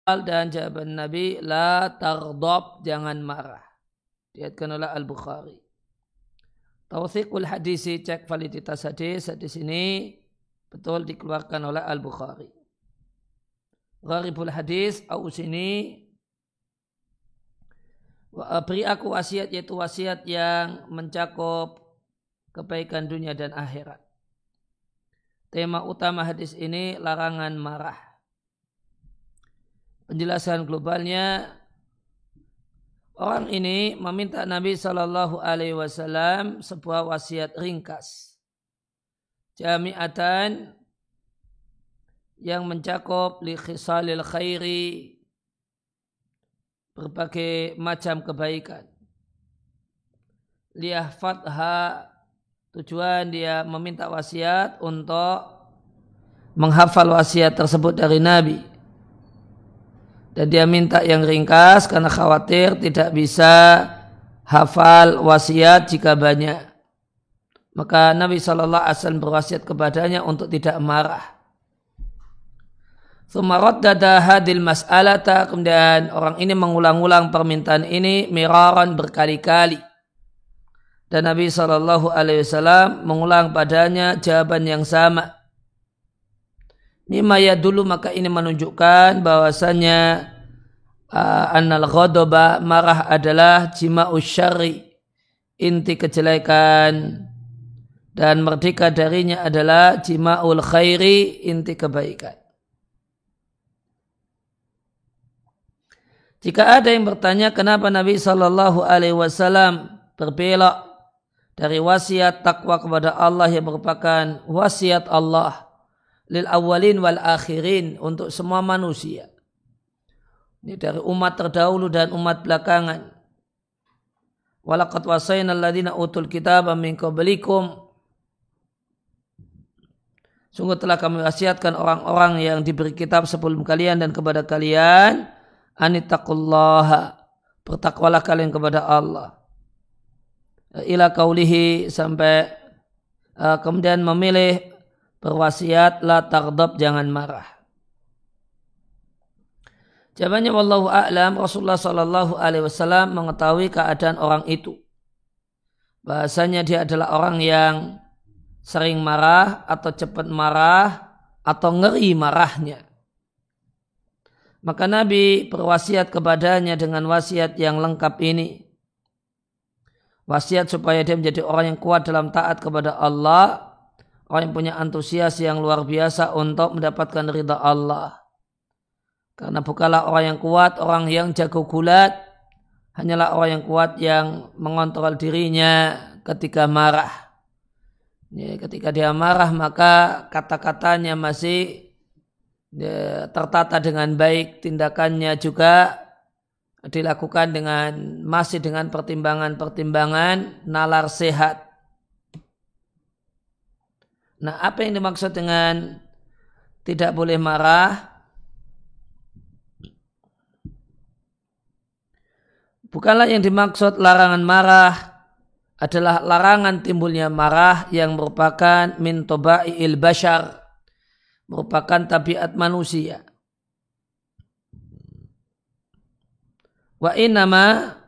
dan jawaban Nabi, la taghdab, jangan marah. Diriwayatkan oleh Al-Bukhari. Tawthiqul hadisi, cek validitas hadis ini betul dikeluarkan oleh Al-Bukhari. Gharibul hadis, aus ini, beri aku wasiat, yaitu wasiat yang mencakup kebaikan dunia dan akhirat. Tema utama hadis ini larangan marah. Penjelasan globalnya, orang ini meminta Nabi SAW sebuah wasiat ringkas, jami'atan, yang mencakup li khisalil khairi, berbagai macam kebaikan. Liyahfadha, tujuan dia meminta wasiat untuk menghafal wasiat tersebut dari Nabi. Dan dia minta yang ringkas karena khawatir tidak bisa hafal wasiat jika banyak. Maka Nabi SAW berwasiat kepadanya untuk tidak marah. Tsumma raddada hadil mas'alata, kemudian orang ini mengulang-ulang permintaan ini miraran, berkali-kali. Dan Nabi SAW mengulang padanya jawaban yang sama. Mimma yadullu, maka ini menunjukkan bahwasanya annal ghadaba, marah adalah jima'us syarri, inti kejelekan, dan merdeka darinya adalah jima'ul khairi, inti kebaikan. Jika ada yang bertanya kenapa Nabi SAW berbelok dari wasiat takwa kepada Allah yang merupakan wasiat Allah lil awwalin wal akhirin, untuk semua manusia, ini dari umat terdahulu dan umat belakangan. Walaqad wasayna alladziina utul kitaba min qablikum, sungguh telah kami wasiatkan orang-orang yang diberi kitab sebelum kalian dan kepada kalian, anittaqullaha, bertakwalah kalian kepada Allah. Ila qaulihi, sampai kemudian memilih berwasiat la taghdab, jangan marah. Jawabannya wallahu a'lam, Rasulullah SAW mengetahui keadaan orang itu. Bahasanya dia adalah orang yang sering marah atau cepat marah atau ngeri marahnya. Maka Nabi berwasiat kepadanya dengan wasiat yang lengkap ini. Wasiat supaya dia menjadi orang yang kuat dalam taat kepada Allah, orang yang punya antusias yang luar biasa untuk mendapatkan ridha Allah. Karena bukanlah orang yang kuat orang yang jago gulat, hanyalah orang yang kuat yang mengontrol dirinya ketika marah. Ketika dia marah maka kata-katanya masih tertata dengan baik, tindakannya juga dilakukan masih dengan pertimbangan-pertimbangan nalar sehat. Nah, apa yang dimaksud dengan tidak boleh marah? Bukanlah yang dimaksud larangan marah adalah larangan timbulnya marah yang merupakan min toba'il bashar, merupakan tabiat manusia. Wa innama,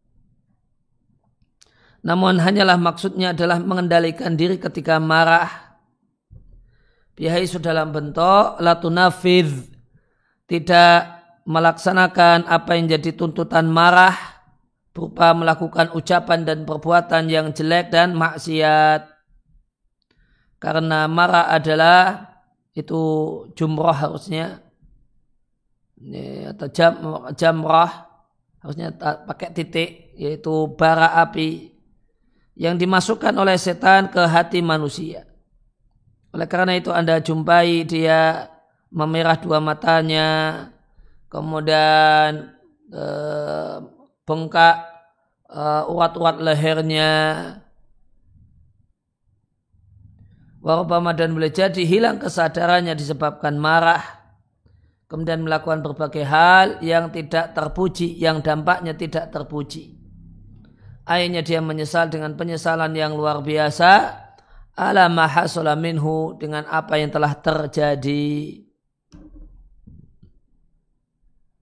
namun hanyalah maksudnya adalah mengendalikan diri ketika marah. Bihaisu, dalam bentuk la tunafidh, tidak melaksanakan apa yang jadi tuntutan marah berupa melakukan ucapan dan perbuatan yang jelek dan maksiat. Karena marah adalah itu jumrah harusnya, atau jamrah harusnya pakai titik, yaitu bara api yang dimasukkan oleh setan ke hati manusia. Oleh karena itu Anda jumpai dia memerah dua matanya, kemudian bengkak urat-urat lehernya, warubama, dan boleh jadi hilang kesadarannya disebabkan marah, kemudian melakukan berbagai hal yang tidak terpuji, yang dampaknya tidak terpuji. Akhirnya dia menyesal dengan penyesalan yang luar biasa, ala ma hasala minhu, dengan apa yang telah terjadi.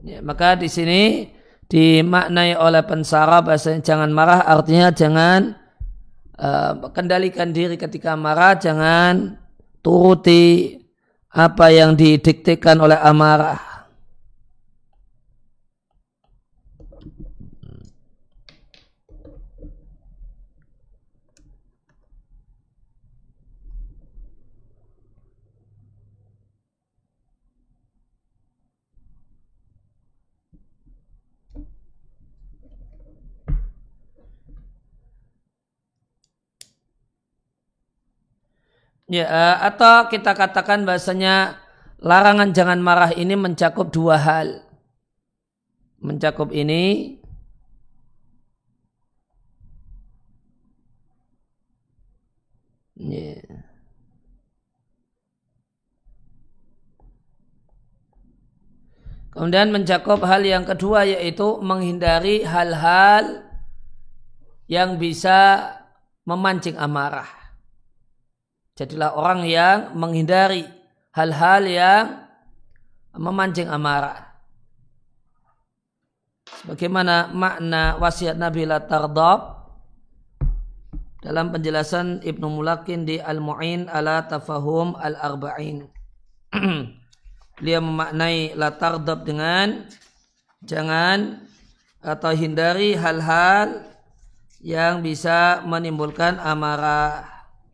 Ya, maka di sini dimaknai oleh pensara bahasanya jangan marah, artinya jangan kendalikan diri ketika marah, jangan turuti apa yang didiktekan oleh amarah. Ya, atau kita katakan bahasanya larangan jangan marah ini mencakup dua hal. Mencakup ini ya. Kemudian mencakup hal yang kedua yaitu menghindari hal-hal yang bisa memancing amarah. Jadilah orang yang menghindari hal-hal yang memancing amarah. Sebagaimana makna wasiat Nabi la taghdab dalam penjelasan Ibnu Mulakin di Al-Mu'in ala Tafahum Al-Arba'in. Dia memaknai la taghdab dengan jangan atau hindari hal-hal yang bisa menimbulkan amarah.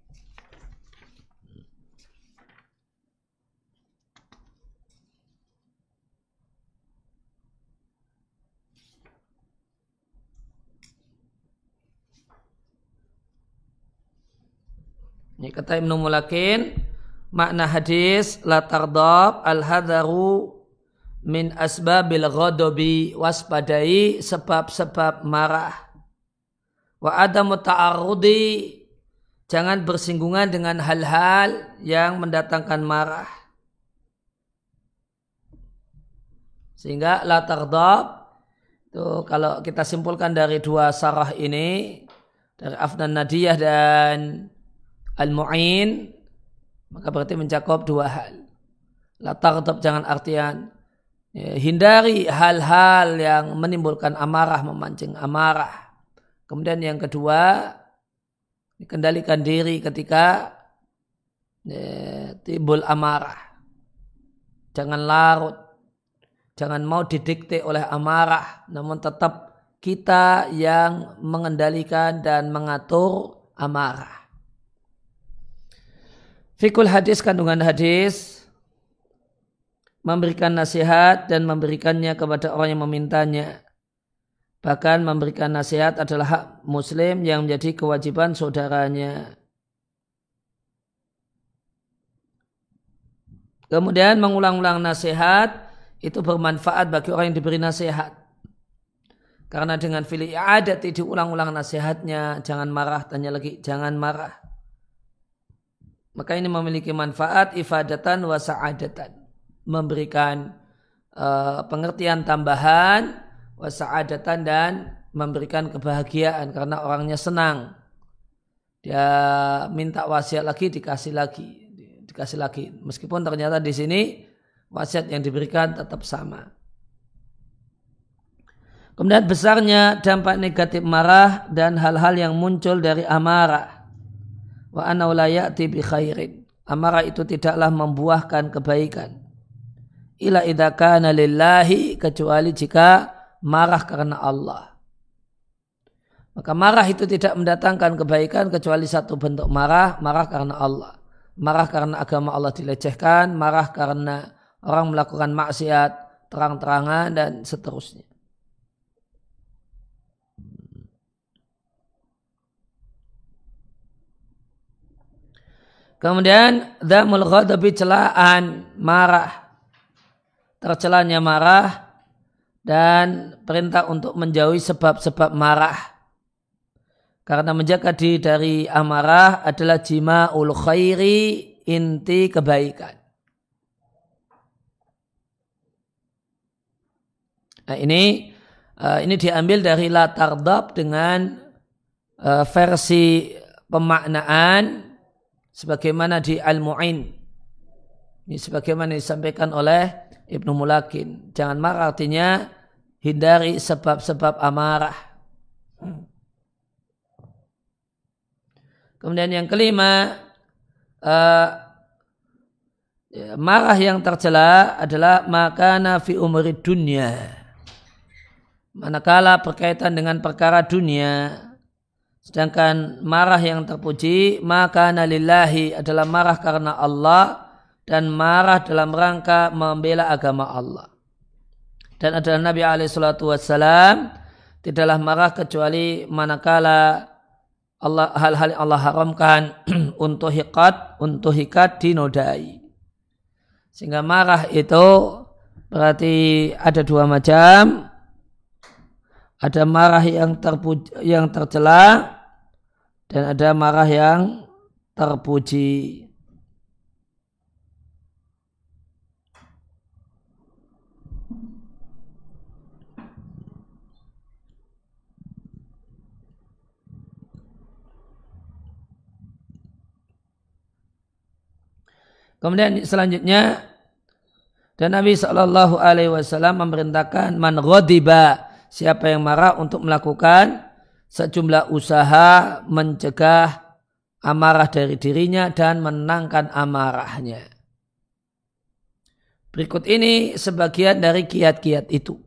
Ini kata Ibnu Mulakin, makna hadis la taghdab al-hadaru min asbabil ghadabi, waspadai sebab-sebab marah. Wa adamu ta'arrudi, jangan bersinggungan dengan hal-hal yang mendatangkan marah. Sehingga la taghdab itu kalau kita simpulkan dari dua sarah ini, dari Afnan Nadiyah dan Al-Mu'in, maka berarti mencakup dua hal. La taghdab jangan artian hindari hal-hal yang menimbulkan amarah, memancing amarah. Kemudian yang kedua, kendalikan diri ketika timbul amarah. Jangan larut, jangan mau didikte oleh amarah, namun tetap kita yang mengendalikan dan mengatur amarah. Fikul hadis, kandungan hadis, memberikan nasihat dan memberikannya kepada orang yang memintanya. Bahkan memberikan nasihat adalah hak muslim yang menjadi kewajiban saudaranya. Kemudian mengulang-ulang nasihat itu bermanfaat bagi orang yang diberi nasihat. Karena dengan fili i'adati diulang-ulang nasihatnya, jangan marah, tanya lagi, jangan marah. Maka ini memiliki manfaat ifadatan wa sa'adatan, memberikan pengertian tambahan wa sa'adatan dan memberikan kebahagiaan karena orangnya senang. Dia minta wasiat lagi, dikasih lagi. Meskipun ternyata di sini wasiat yang diberikan tetap sama. Kemudian besarnya dampak negatif marah dan hal-hal yang muncul dari amarah. Wa annahu la ya'ti bi khairin. Amarah itu tidaklah membuahkan kebaikan. Illa idza kana lillahi, kecuali jika marah karena Allah. Maka marah itu tidak mendatangkan kebaikan kecuali satu bentuk marah karena Allah. Marah karena agama Allah dilecehkan, marah karena orang melakukan maksiat terang-terangan dan seterusnya. Kemudian dzamul ghadabi, celaan marah, tercelanya marah dan perintah untuk menjauhi sebab-sebab marah. Karena menjaga diri dari amarah adalah jima'ul khairi, inti kebaikan. Nah, ini diambil dari la taghdab dengan versi pemaknaan sebagaimana di Al-Mu'in. Ini sebagaimana disampaikan oleh Ibnu Mulakin. Jangan marah artinya hindari sebab-sebab amarah. Kemudian yang kelima, marah yang tercela adalah makana fi umuri dunya. Manakala berkaitan dengan perkara dunia. Sedangkan marah yang terpuji, makana lillahi adalah marah karena Allah dan marah dalam rangka membela agama Allah. Dan adalah Nabi SAW tidaklah marah kecuali manakala hal-hal yang Allah haramkan untuk hikat dinodai. Sehingga marah itu berarti ada dua macam. Ada marah yang tercela dan ada marah yang terpuji. Kemudian selanjutnya, dan Nabi SAW memerintahkan man ghadiba, siapa yang marah untuk melakukan sejumlah usaha mencegah amarah dari dirinya dan menenangkan amarahnya. Berikut ini sebagian dari kiat-kiat itu.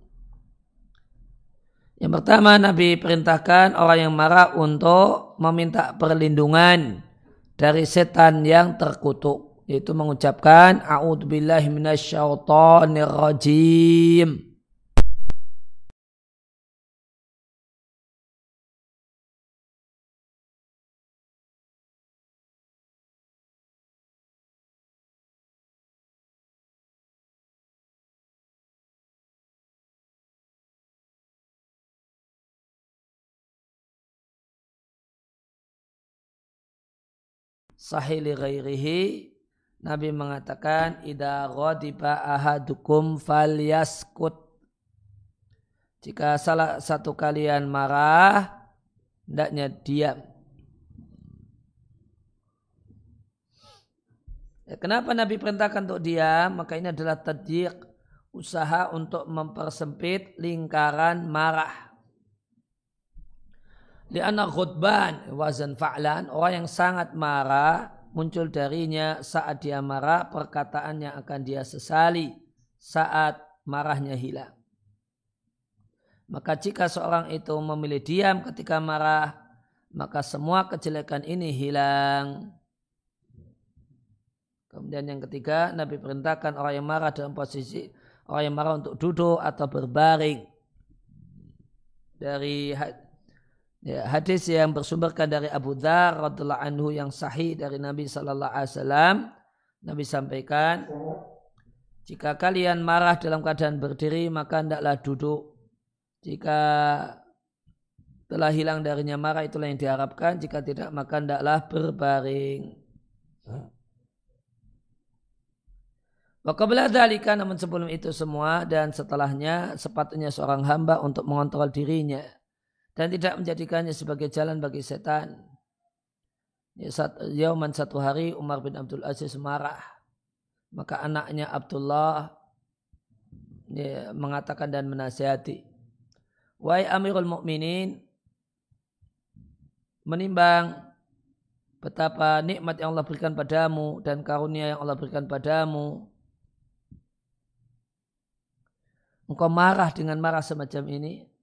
Yang pertama, Nabi perintahkan orang yang marah untuk meminta perlindungan dari setan yang terkutuk. Yaitu mengucapkan a'udzubillahi minasyaitonir rajim. Sahih li ghairihi, Nabi mengatakan idza ghadiba ahadukum falyaskut. Jika salah satu kalian marah, hendaknya diam. Kenapa Nabi perintahkan untuk diam? Maka ini adalah tadyiq, usaha untuk mempersempit lingkaran marah. Li'anna ghadban wazan fa'lan, orang yang sangat marah muncul darinya saat dia marah perkataan yang akan dia sesali saat marahnya hilang. Maka jika seorang itu memilih diam ketika marah, maka semua kejelekan ini hilang. Kemudian yang ketiga, Nabi perintahkan orang yang marah dalam posisi orang yang marah untuk duduk atau berbaring. Dari hadis yang bersumberkan dari Abu Dzar radhiyallahu anhu yang sahih dari Nabi sallallahu alaihi wasallam, Nabi sampaikan, jika kalian marah dalam keadaan berdiri maka hendaklah duduk. Jika telah hilang darinya marah, itulah yang diharapkan. Jika tidak, maka hendaklah berbaring. Wa qabla dzalika, namun sebelum itu semua dan setelahnya sepatutnya seorang hamba untuk mengontrol dirinya dan tidak menjadikannya sebagai jalan bagi setan. Yauman, satu hari Umar bin Abdul Aziz marah. Maka anaknya Abdullah mengatakan dan menasihati, wahai Amirul Mukminin, menimbang betapa nikmat yang Allah berikan padamu dan karunia yang Allah berikan padamu, engkau marah dengan marah semacam ini.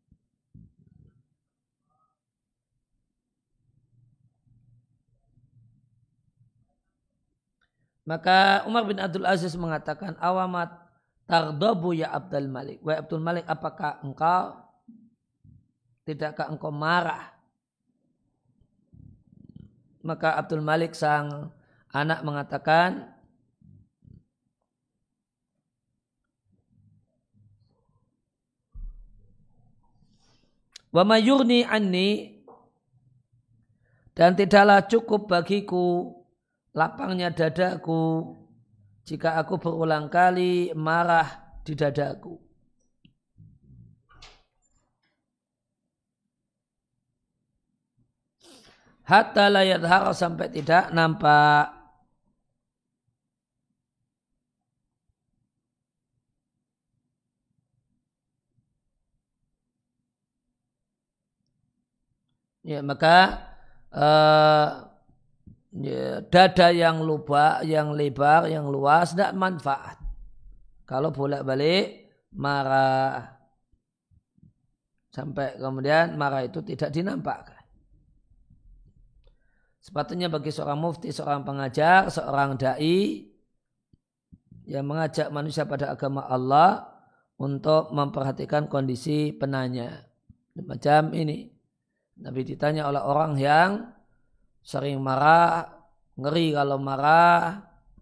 Maka Umar bin Abdul Aziz mengatakan, awamat tardobu ya Abdul Malik. Wahai Abdul Malik, apakah tidakkah engkau marah? Maka Abdul Malik sang anak mengatakan, wa mayurni anni, dan tidaklah cukup bagiku lapangnya dadaku jika aku berulang kali marah di dadaku. Hatta la yadhhar, sampai tidak nampak. Ya, maka ya, dada yang lebar, yang luas tidak manfaat. Kalau bolak-balik marah sampai kemudian marah itu tidak dinampakkan. Sepatutnya bagi seorang mufti, seorang pengajar, seorang dai yang mengajak manusia pada agama Allah untuk memperhatikan kondisi penanya. Macam ini. Nabi ditanya oleh orang yang sering marah, ngeri kalau marah.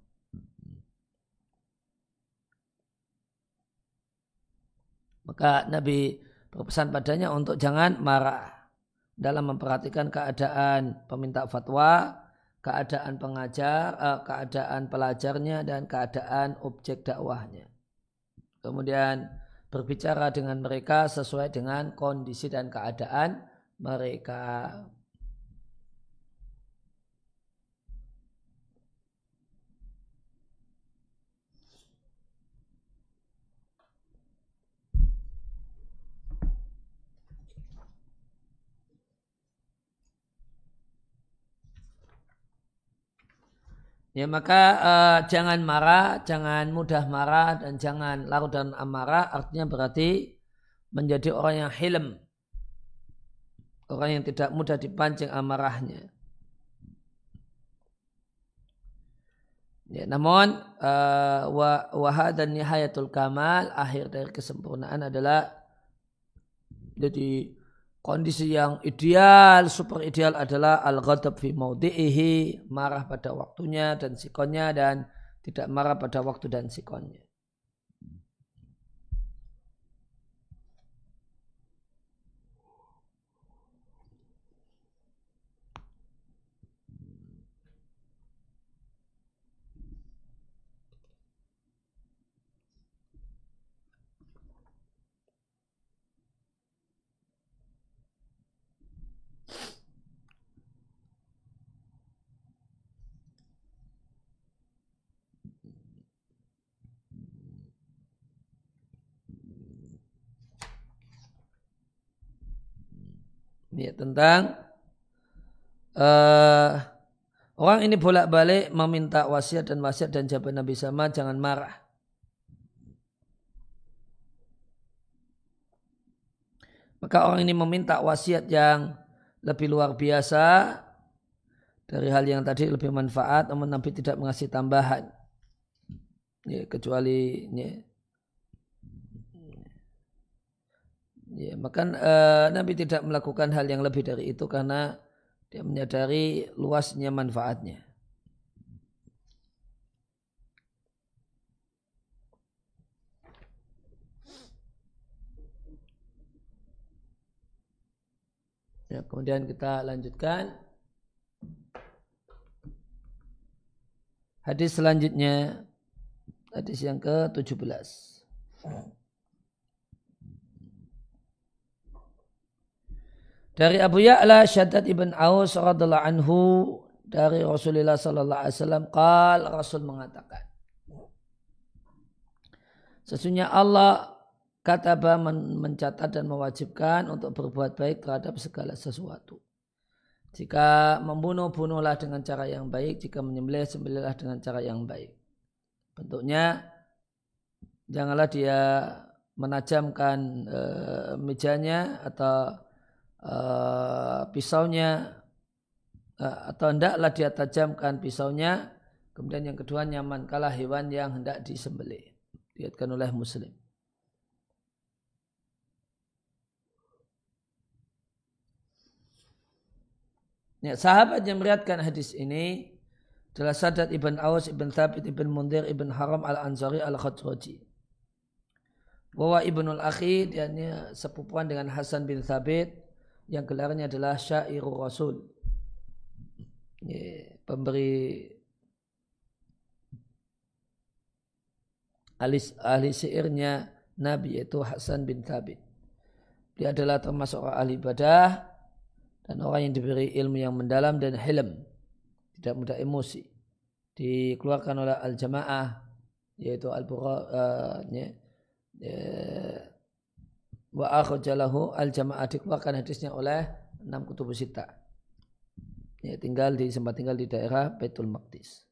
Maka Nabi berpesan padanya untuk jangan marah dalam memperhatikan keadaan peminta fatwa, keadaan pengajar, keadaan pelajarnya dan keadaan objek dakwahnya. Kemudian berbicara dengan mereka sesuai dengan kondisi dan keadaan mereka. Ya maka jangan marah, jangan mudah marah dan jangan larut dan amarah. Artinya berarti menjadi orang yang hilm, orang yang tidak mudah dipancing amarahnya. Ya, namun dan nihayatul kamal, akhir dari kesempurnaan adalah jadi kondisi yang ideal, super ideal adalah al-ghadab fi maudhi'ihi, marah pada waktunya dan sikonnya dan tidak marah pada waktu dan sikonnya. Ya, tentang orang ini bolak-balik meminta wasiat dan jawaban Nabi sama, jangan marah. Maka orang ini meminta wasiat yang lebih luar biasa dari hal yang tadi lebih manfaat, namun Nabi tidak mengasih tambahan. Ya, kecuali maka Nabi tidak melakukan hal yang lebih dari itu karena dia menyadari luasnya manfaatnya. Ya, kemudian kita lanjutkan hadis selanjutnya, hadis yang ke-17. Dari Abu Ya'la Syaddad ibn Aus radhiallahu anhu dari Rasulullah sallallahu alaihi wasallam Rasul mengatakan, sesungguhnya Allah kataba mencatat dan mewajibkan untuk berbuat baik terhadap segala sesuatu. Jika membunuh, bunuhlah dengan cara yang baik. Jika menyembelih, sembelihlah dengan cara yang baik. Bentuknya, janganlah dia menajamkan mejanya atau pisaunya, atau hendaklah dia tajamkan pisaunya. Kemudian yang kedua, nyamankanlah hewan yang hendak disembelih. Diriwayatkan oleh Muslim. Ya, sahabat yang meriwayatkan hadis ini adalah Syaddad ibn Aus ibn Thabit ibn Mundhir ibn Haram al-Ansari al-Khadraji. Bahwa ibnul Akhi, dia sepupuan dengan Hasan bin Thabit yang gelarnya adalah Syairul Rasul. Ya, pemberi ahli syairnya Nabi, yaitu Hasan bin Thabit. Dia adalah termasuk ahli ibadah dan orang yang diberi ilmu yang mendalam dan hilm, tidak mudah emosi. Dikeluarkan oleh Al-Jamaah, yaitu wa akhrajalahu Al-Jamaah, dikeluarkan hadisnya oleh 6 kutubus sittah. Ya, sempat tinggal di daerah Baitul Maqdis.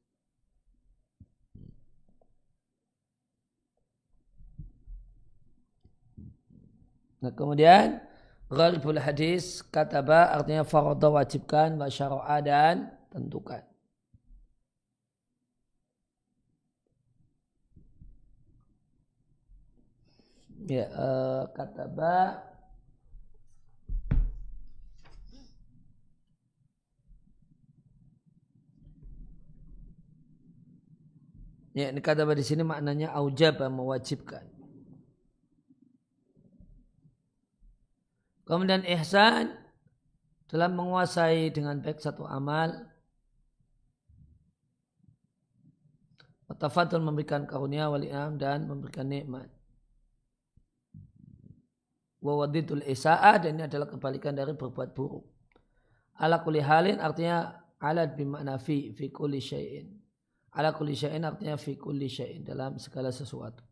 Nah, kemudian gharibul hadis kataba artinya faradha wajibkan, wa syara'a dan tentukan. Ya, kataba ya, ini kataba di sini maknanya aujaba, mewajibkan. Kemudian ihsan dalam menguasai dengan baik satu amal. Tafadhul memberikan karunia wal in'am dan memberikan nikmat. Wa wadidul isa'ah dan ini adalah kebalikan dari berbuat buruk. Ala kulli halin artinya ala bimakna fi kulli syai'in. Ala kulli syai'in artinya fi kulli syai'in dalam segala sesuatu.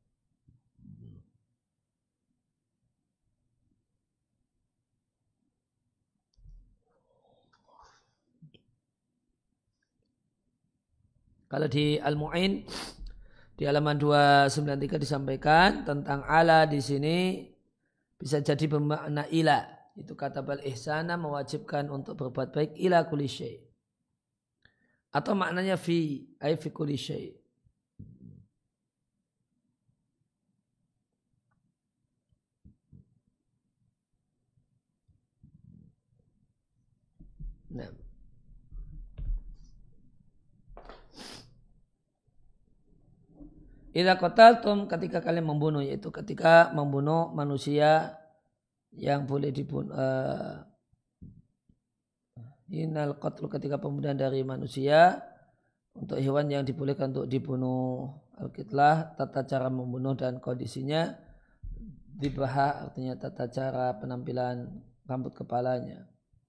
Kalau di Al-Mu'in di halaman 293 disampaikan tentang ala di sini bisa jadi bermakna ila. Itu kata bal ihsana mewajibkan untuk berbuat baik ila kulli syai'. Atau maknanya fi kulli syai'. Nah. Idza qataltum ketika kalian membunuh, yaitu ketika membunuh manusia yang boleh dibunuh. Innal qatlu ketika pembunuhan dari manusia untuk hewan yang dibolehkan untuk dibunuh. Al-qitlah tata cara membunuh dan kondisinya. Dibahah artinya tata cara penampilan rambut kepalanya.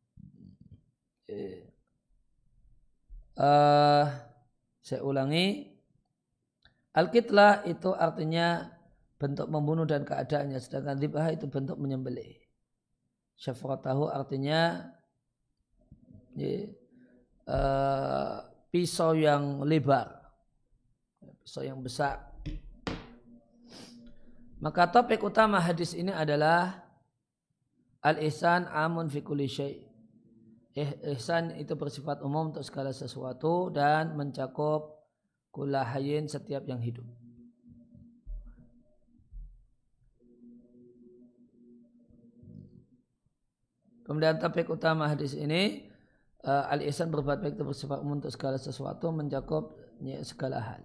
Saya ulangi. Al-qitlah itu artinya bentuk membunuh dan keadaannya, sedangkan dzibah itu bentuk menyembelih. Syafratahu artinya pisau yang lebar, pisau yang besar. Maka topik utama hadis ini adalah al-ihsan amun fi kulli syai'. Ihsan itu bersifat umum untuk segala sesuatu dan mencakup kulla hayyin setiap yang hidup. Kemudian topik utama hadis ini al-ihsan berbuat baik itu bersifat umum untuk segala sesuatu mencakup segala hal.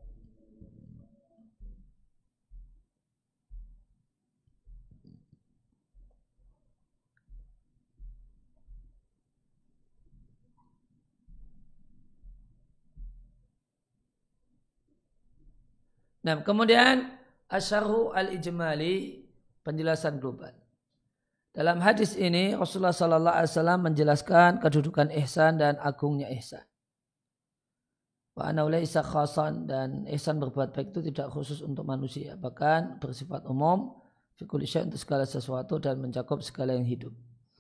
Nah, kemudian asyarhu al-ijmali, penjelasan global. Dalam hadis ini Rasulullah sallallahu alaihi wasallam menjelaskan kedudukan ihsan dan agungnya ihsan. Wa annahu laisa khasan, dan ihsan berbuat baik itu tidak khusus untuk manusia, bahkan bersifat umum fi kulli syai' untuk segala sesuatu dan mencakup segala yang hidup.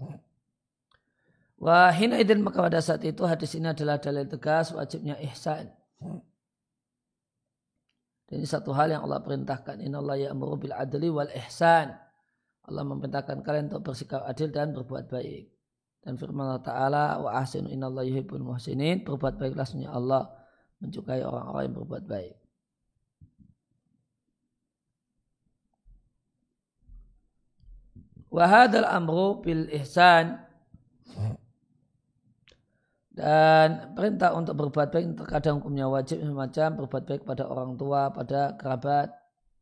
Wa hina idzin maka pada saat itu hadis ini adalah dalil tegas wajibnya ihsan. Dan ini satu hal yang Allah perintahkan. Innallaha ya'muru bil adli wal ihsan. Allah memerintahkan kalian untuk bersikap adil dan berbuat baik. Dan firman Allah Ta'ala, wa ahsinu innallaha yuhibbul muhsinin. Berbuat baiklah sesungguhnya Allah menyukai orang-orang yang berbuat baik. Wa hadzal amru bil ihsan, dan perintah untuk berbuat baik terkadang hukumnya wajib, semacam berbuat baik pada orang tua, pada kerabat.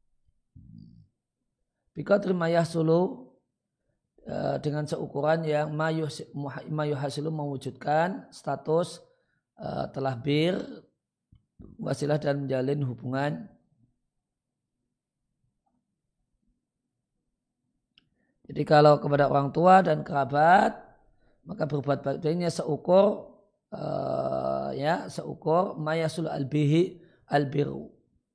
Biqadri ma yahsulu, dengan seukuran yang ma yuhasilu mewujudkan status telah bir, wasilah dan menjalin hubungan. Jadi kalau kepada orang tua dan kerabat, maka berbuat baiknya seukur seukur mayasul albihi albiru.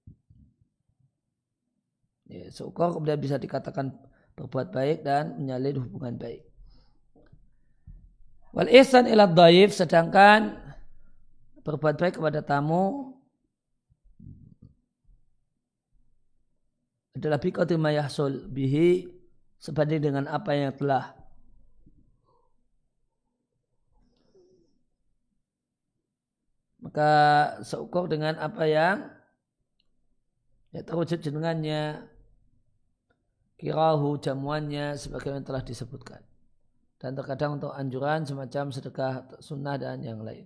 Ya, seukur kemudian bisa dikatakan berbuat baik dan menyalin hubungan baik. Wal ihsan ila dhaif, sedangkan berbuat baik kepada tamu adalah biqadri ma yahsul bihi, sebanding dengan apa yang telah maka seukur dengan apa yang terwujud jenengannya, kirahu, jamuannya, sebagaimana telah disebutkan. Dan terkadang untuk anjuran semacam sedekah sunnah dan yang lain.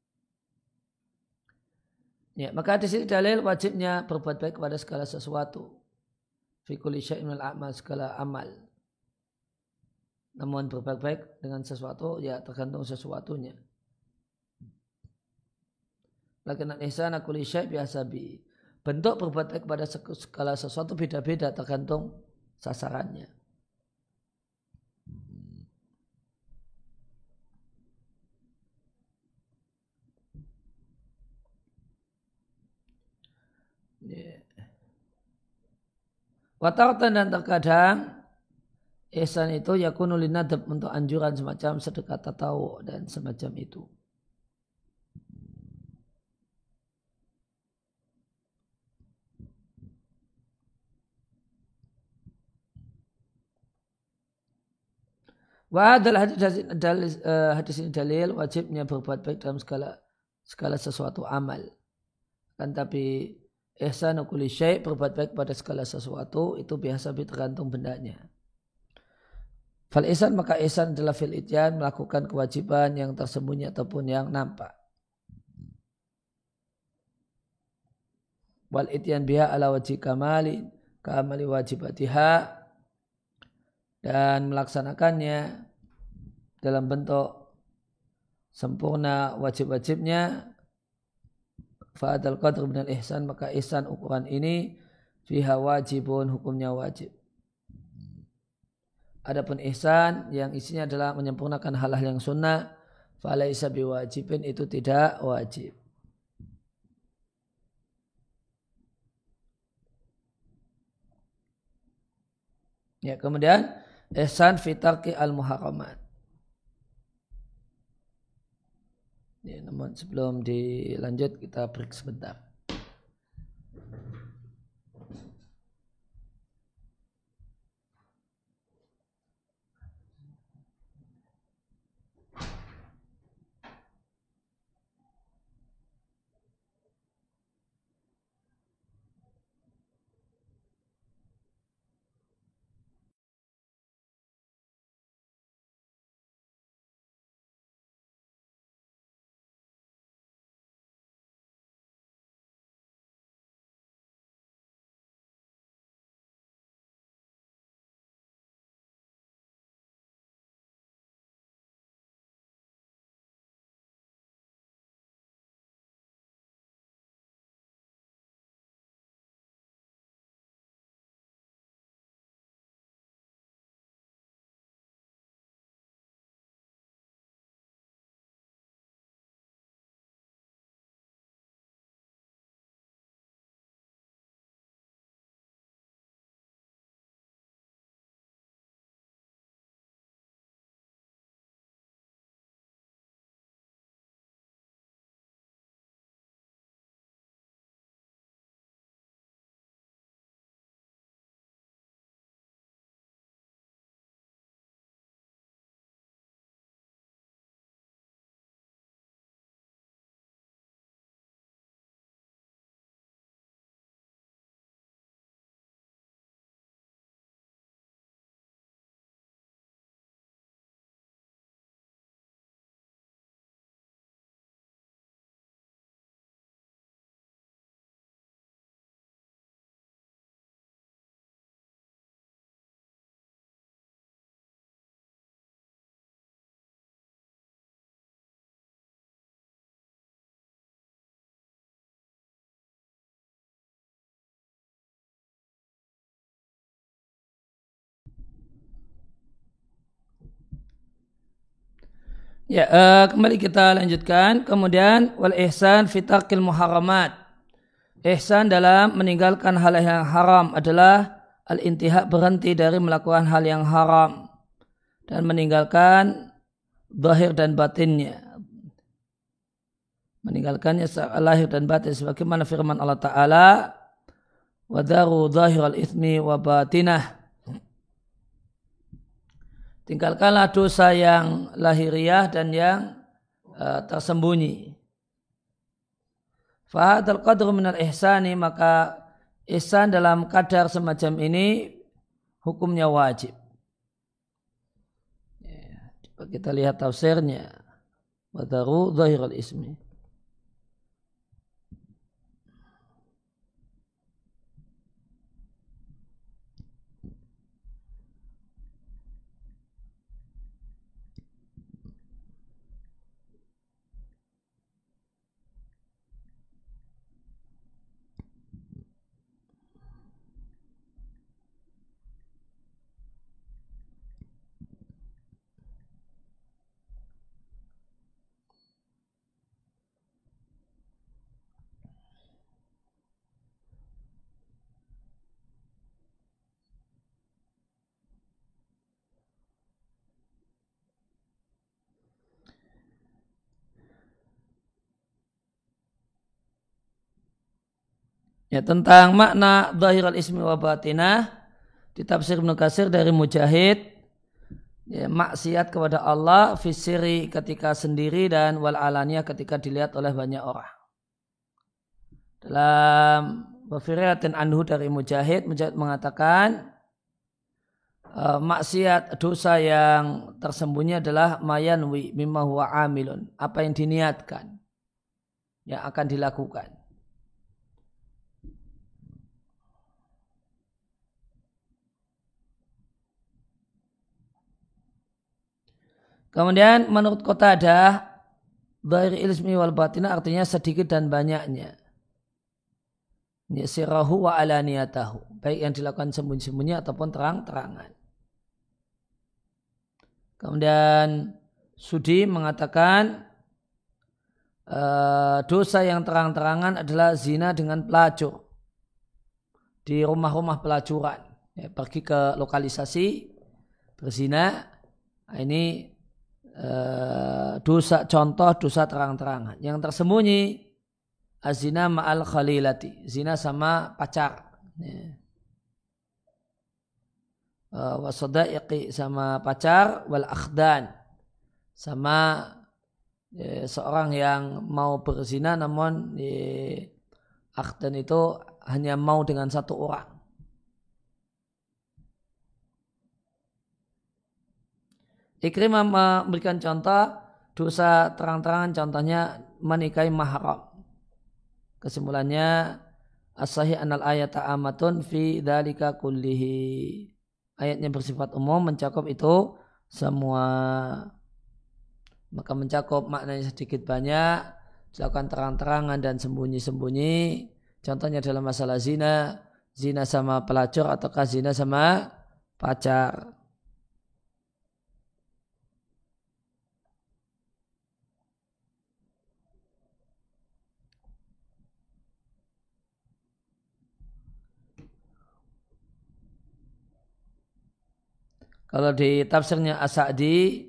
Ya, maka di sini dalil wajibnya berbuat baik kepada segala sesuatu. Fi kulli syai'in minal a'mal, segala amal. Namun berbuat baik dengan sesuatu ya tergantung sesuatunya. Lakin al-ihsana kulli syai' bihasabi. Bentuk berbuat baik kepada segala sesuatu beda-beda tergantung sasarannya. Wataratan, dan terkadang ihsan itu yakunu linadab, untuk anjuran semacam sedekah tatawu dan semacam itu. Wa hadis ini dalil wajibnya berbuat baik dalam segala sesuatu amal. Kan tapi ihsanu kulli syai', berbuat baik pada segala sesuatu itu biasa tergantung bendanya. Fal ihsan, maka ihsan adalah fil ityan, melakukan kewajiban yang tersembunyi ataupun yang nampak. Wal ityan biha ala wajhi kamali wajibatiha, dan melaksanakannya dalam bentuk sempurna wajib-wajibnya. Fa'adal qadr minal ihsan, maka ihsan ukuran ini fiha wajibun, hukumnya wajib. Adapun ihsan yang isinya adalah menyempurnakan hal-hal yang sunnah, falaisa biwajibin, itu tidak wajib. Ya, kemudian ihsan fi tarki al-muharramat. Ya, namun sebelum dilanjut kita break sebentar. Ya, kembali kita lanjutkan. Kemudian wal ihsan fi tarkil muharramat. Ihsan dalam meninggalkan hal yang haram adalah al-intihak, berhenti dari melakukan hal yang haram dan meninggalkan zahir dan batinnya, meninggalkannya secara lahir dan batin, sebagaimana firman Allah Ta'ala, wadaru zahiral itsmi wa batinah, tinggalkanlah dosa yang lahiriah dan yang tersembunyi. Fahadal qadru minal ihsani, maka ihsan dalam kadar semacam ini hukumnya wajib. Coba kita lihat tafsirnya. Wadaru zahiral itsmi. Ya, tentang makna zahiral ismi wa batinah di tafsir Ibnu Katsir dari Mujahid, ya, maksiat kepada Allah fisiri ketika sendiri dan wal alaniyah ketika dilihat oleh banyak orang. Dalam riwayatin anhu dari Mujahid mengatakan maksiat dosa yang tersembunyi adalah mayanwi mimma huwa amilun, apa yang diniatkan yang akan dilakukan. Kemudian menurut Qatadah, dhahir ilmi wal batinah artinya sedikit dan banyaknya. Sirahu wa alaniyatahu, baik yang dilakukan sembunyi-sembunyi ataupun terang-terangan. Kemudian Sudi mengatakan dosa yang terang-terangan adalah zina dengan pelacur di rumah-rumah pelacuran. Ya, pergi ke lokalisasi berzina, ini dosa, contoh dosa terang-terangan. Yang tersembunyi azina ma'al khalilati, zina sama pacar, ya. Wasodaiqi sama pacar, wal akhdan sama seorang yang mau berzina namun akhdan itu hanya mau dengan satu orang. Ikrimah memberikan contoh dosa terang-terangan, contohnya menikahi mahram. Kesimpulannya as-sahih anal ayata amatun fi dzalika kullihi. Ayatnya bersifat umum, mencakup itu semua. Maka mencakup maknanya sedikit banyak, dilakukan terang-terangan dan sembunyi-sembunyi. Contohnya dalam masalah zina, zina sama pelacur ataukah zina sama pacar. Kalau di tafsirnya As-Sa'di,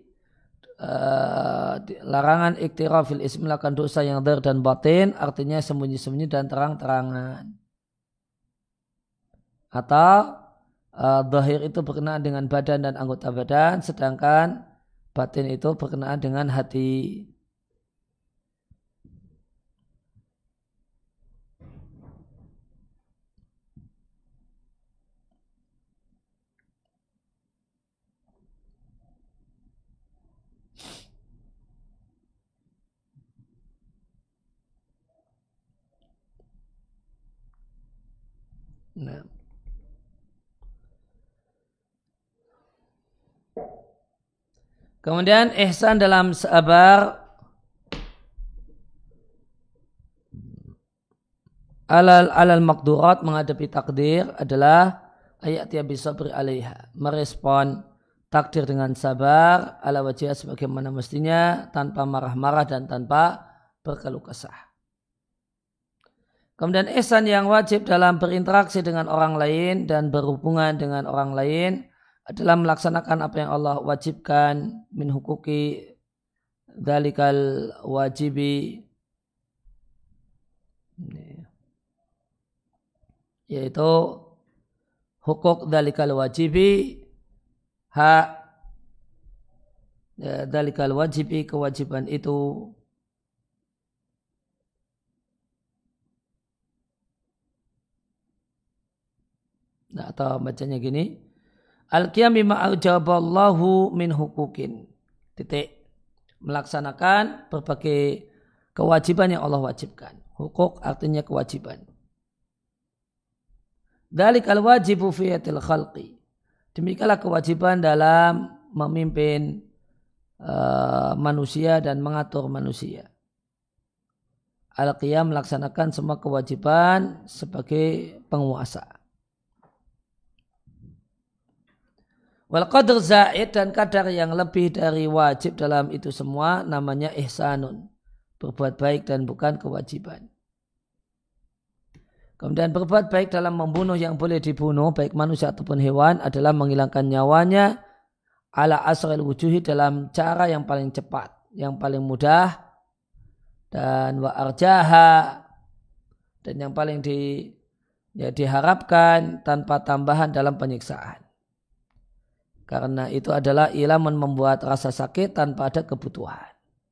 larangan iktirafil ismi, melakukan dosa yang zahir dan batin, artinya sembunyi-sembunyi dan terang-terangan. Atau zahir itu berkenaan dengan badan dan anggota badan, sedangkan batin itu berkenaan dengan hati. Nah. Kemudian ihsan dalam sabar alal maqdurat, menghadapi takdir, adalah ayat ya bisabri alaiha, merespon takdir dengan sabar ala wajah sebagaimana mestinya, tanpa marah-marah dan tanpa berkeluh kesah. Kemudian ihsan yang wajib dalam berinteraksi dengan orang lain dan berhubungan dengan orang lain adalah melaksanakan apa yang Allah wajibkan min hukuki Dzalikal wajibi, yaitu hukuk dzalikal wajibi, hak dzalikal wajibi, kewajiban itu, nah, atau bacanya gini, al-qiyam bima aujaballahu min hukukin, titik, melaksanakan berbagai kewajiban yang Allah wajibkan. Hukuk artinya kewajiban. Dzalikal wajibu fi yatil khalqi, demikianlah kewajiban dalam memimpin manusia dan mengatur manusia. Al-qiyam melaksanakan semua kewajiban sebagai penguasa. Wal qadr zaid, dan kadar yang lebih dari wajib dalam itu semua namanya ihsanun, berbuat baik dan bukan kewajiban. Kemudian berbuat baik dalam membunuh yang boleh dibunuh, baik manusia ataupun hewan, adalah menghilangkan nyawanya ala asril wujuhi, dalam cara yang paling cepat, yang paling mudah, dan wa arjaha, dan yang paling diharapkan tanpa tambahan dalam penyiksaan. Karena itu adalah ilaman, membuat rasa sakit tanpa ada kebutuhan.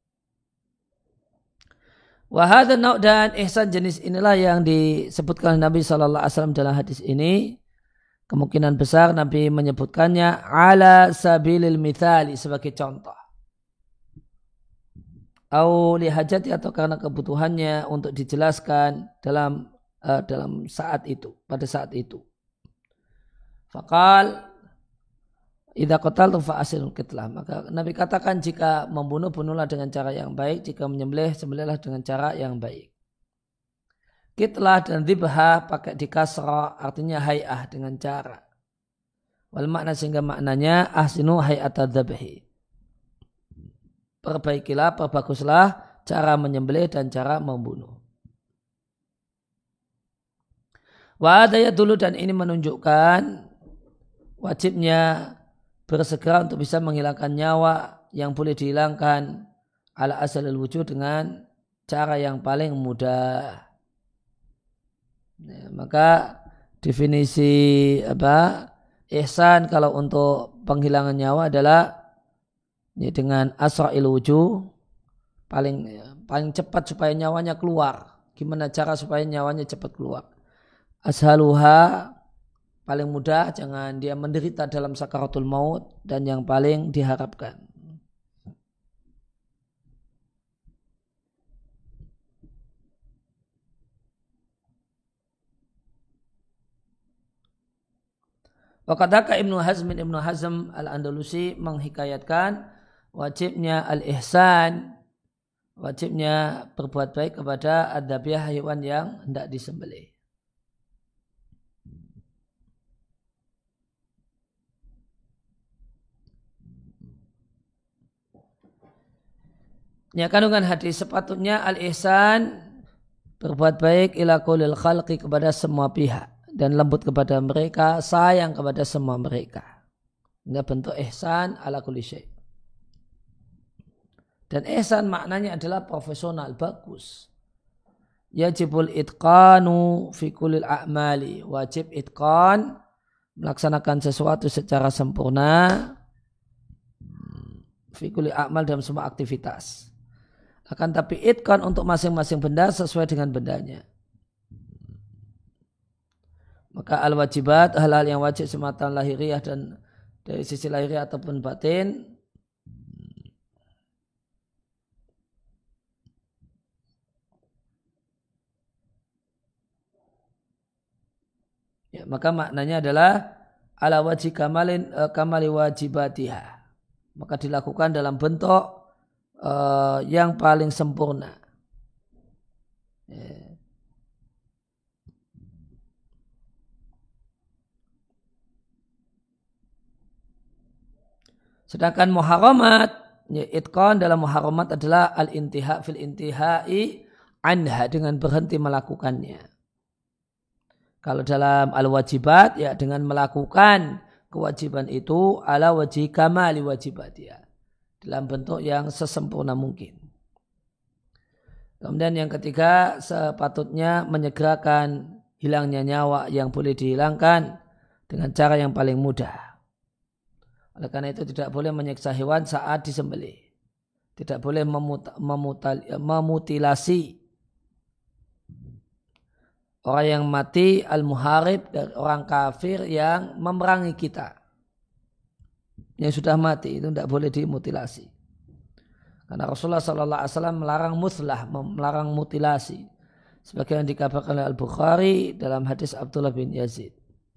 Wahada nau', dan ihsan jenis inilah yang disebutkan Nabi SAW dalam hadis ini. Kemungkinan besar Nabi menyebutkannya ala sabilil mithali, sebagai contoh. Au lihajati, atau karena kebutuhannya untuk dijelaskan dalam saat itu, pada saat itu. Faqal idza qataltum fa ahsinul qitlah, maka Nabi katakan, jika membunuh, bunuhlah dengan cara yang baik, jika menyembelih, sembelihlah dengan cara yang baik. Qitlah dan dhibha pakai di kasrah, artinya hay'ah, dengan cara. Wal makna, sehingga maknanya ahsinu hay'ata dzabhi, perbaikilah, perbaguslah cara menyembelih dan cara membunuh. Wa hadaya dulu, dan ini menunjukkan wajibnya bersegera untuk bisa menghilangkan nyawa yang boleh dihilangkan ala asalil wujud, dengan cara yang paling mudah. Ya, maka definisi ihsan kalau untuk penghilangan nyawa adalah dengan asra'il wujud, paling cepat supaya nyawanya keluar. Gimana cara supaya nyawanya cepat keluar? Ashaluha, paling mudah, jangan dia menderita dalam sakaratul maut, dan yang paling diharapkan. Waqadaka Ibnu Hazm al-Andalusi menghikayatkan wajibnya al-ihsan, wajibnya berbuat baik kepada adzabiyah, hewan yang hendak disembelih. Ya, kandungan hadis, sepatutnya al-ihsan, berbuat baik ila kulil khalqi, kepada semua pihak, dan lembut kepada mereka, sayang kepada semua mereka. Ini bentuk ihsan ala kulli syai'. Dan ihsan maknanya adalah profesional, bagus. Yajibul itqanu fi kulil a'mali, wajib itqan, melaksanakan sesuatu secara sempurna, fi kulil a'mal, dalam semua aktivitas. Akan tapi itqan untuk masing-masing benda sesuai dengan bendanya. Maka al-wajibat, hal-hal yang wajib semata lahiriah dan dari sisi lahiriah ataupun batin, ya, maka maknanya adalah ala wajib kamali wajibatiha, maka dilakukan dalam bentuk yang paling sempurna. Ya. Sedangkan muharamat, ya, itqan dalam muharamat adalah al-intiha fil intihai anha, dengan berhenti melakukannya. Kalau dalam al-wajibat, ya, dengan melakukan kewajiban itu ala wajib kamali wajibatiha, dalam bentuk yang sesempurna mungkin. Kemudian yang ketiga, sepatutnya menyegerakan hilangnya nyawa yang boleh dihilangkan dengan cara yang paling mudah. Oleh karena itu tidak boleh menyiksa hewan saat disembelih. Tidak boleh memutilasi orang yang mati al-muharib, dari orang kafir yang memerangi kita. Yang sudah mati itu tidak boleh dimutilasi. Karena Rasulullah SAW melarang muslah, melarang mutilasi. Sebagaimana dikabarkan oleh Al-Bukhari dalam hadis Abdullah bin Yazid.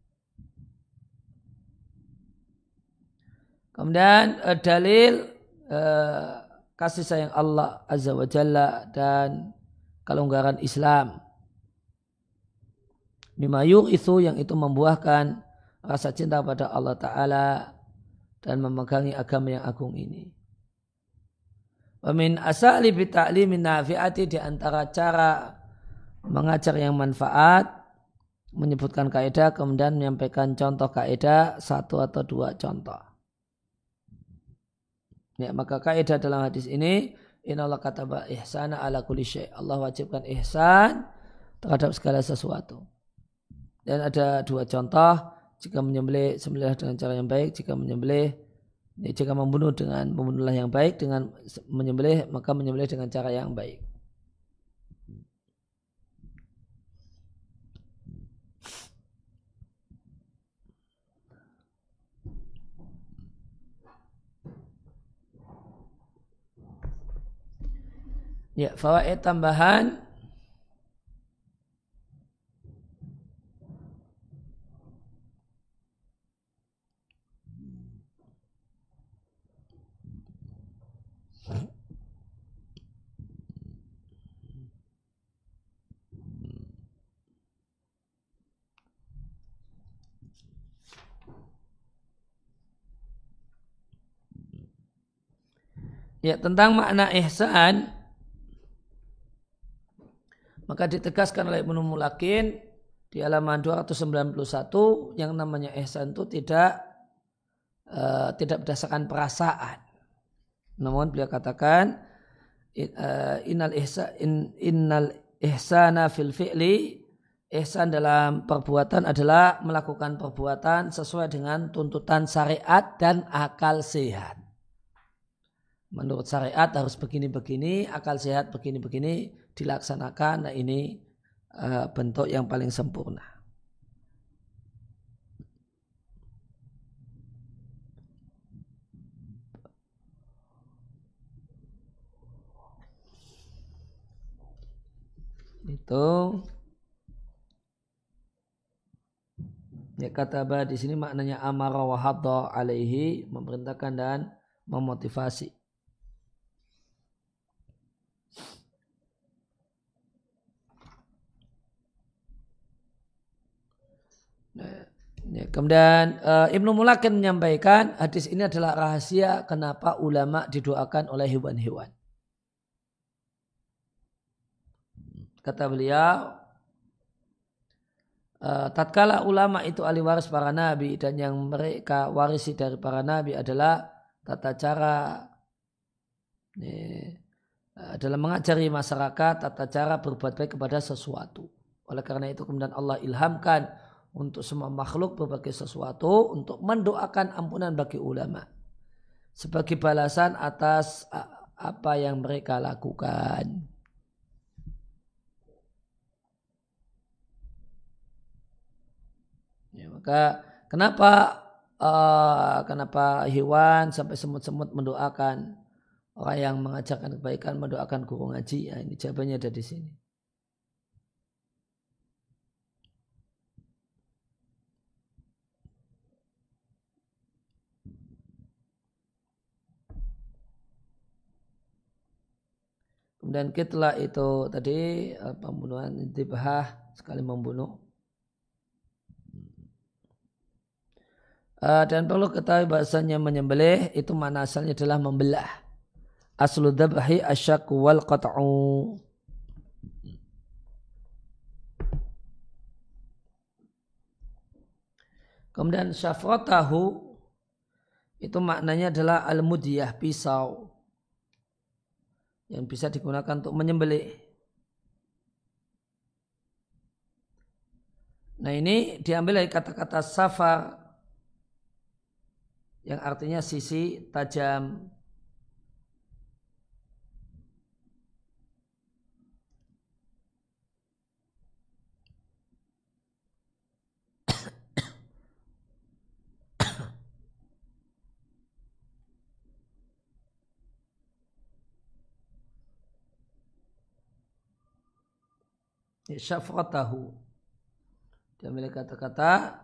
Kemudian dalil kasih sayang Allah Azza wa Jalla dan kelonggaran Islam. Mimma yu'ithu, yang itu membuahkan rasa cinta pada Allah Ta'ala dan memegangi agama yang agung ini. Wa min asali bi ta'limin nafi'ati, di antara cara mengajar yang manfaat, menyebutkan kaidah kemudian menyampaikan contoh kaidah, satu atau dua contoh. Ya, maka kaidah dalam hadis ini, innallaha kataba ihsana ala kulli syai'. Allah wajibkan ihsan terhadap segala sesuatu. Dan ada dua contoh, jika menyembelih sembelih dengan cara yang baik, jika membunuh dengan membunuhlah yang baik, dengan menyembelih maka menyembelih dengan cara yang baik. Ya, fawaid tambahan. Ya, tentang makna ihsan, maka ditegaskan oleh Ibnu Mulakin di halaman 291, yang namanya ihsan itu tidak berdasarkan perasaan. Namun beliau katakan innal ihsana fil fi'li, ihsan dalam perbuatan adalah melakukan perbuatan sesuai dengan tuntutan syariat dan akal sehat. Menurut syariat harus begini-begini, akal sehat begini-begini, dilaksanakan. Nah, ini bentuk yang paling sempurna. Itu ya, kata di sini maknanya amara wa hadda alaihi, memerintahkan dan memotivasi. Ya, kemudian Ibnu Mulakin menyampaikan hadis ini adalah rahasia kenapa ulama didoakan oleh hewan-hewan. Kata beliau, tatkala ulama itu ahli waris para nabi, dan yang mereka warisi dari para nabi adalah tata cara dalam mengajari masyarakat tata cara berbuat baik kepada sesuatu. Oleh karena itu kemudian Allah ilhamkan untuk semua makhluk berbagai sesuatu untuk mendoakan ampunan bagi ulama sebagai balasan atas apa yang mereka lakukan. Ya, maka kenapa hewan sampai semut-semut mendoakan orang yang mengajarkan kebaikan, mendoakan guru ngaji? Ya, ini jawabannya ada di sini. Kemudian kitlah itu tadi pembunuhan intibah, sekali membunuh. Dan perlu ketahui bahasanya menyembelih itu makna asalnya adalah membelah. Aslu dzabhi asyaqqu wal qat'u. Kemudian syafratahu, itu maknanya adalah al-mudiyah, pisau yang bisa digunakan untuk menyembelih. Nah ini diambil dari kata-kata safar yang artinya sisi tajam. Syafratahu diambil kata-kata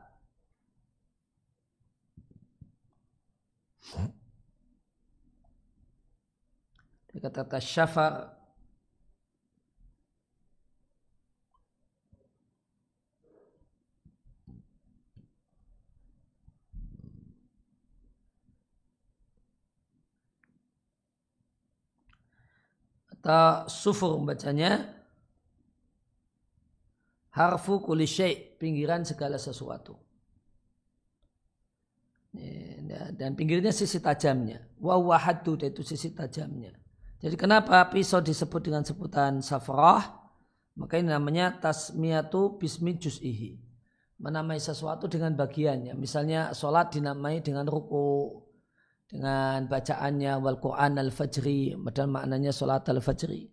syafar atau sufur membacanya, harfu kulli syai', pinggiran segala sesuatu. Dan pinggirnya sisi tajamnya. Wa wahadu, itu sisi tajamnya. Jadi kenapa pisau disebut dengan sebutan safrah? Maka ini namanya tasmiyatu bismi juz'ihi. Menamai sesuatu dengan bagiannya. Misalnya sholat dinamai dengan ruku, dengan bacaannya wal Qur'an al-fajri, padahal maknanya sholat al-fajri.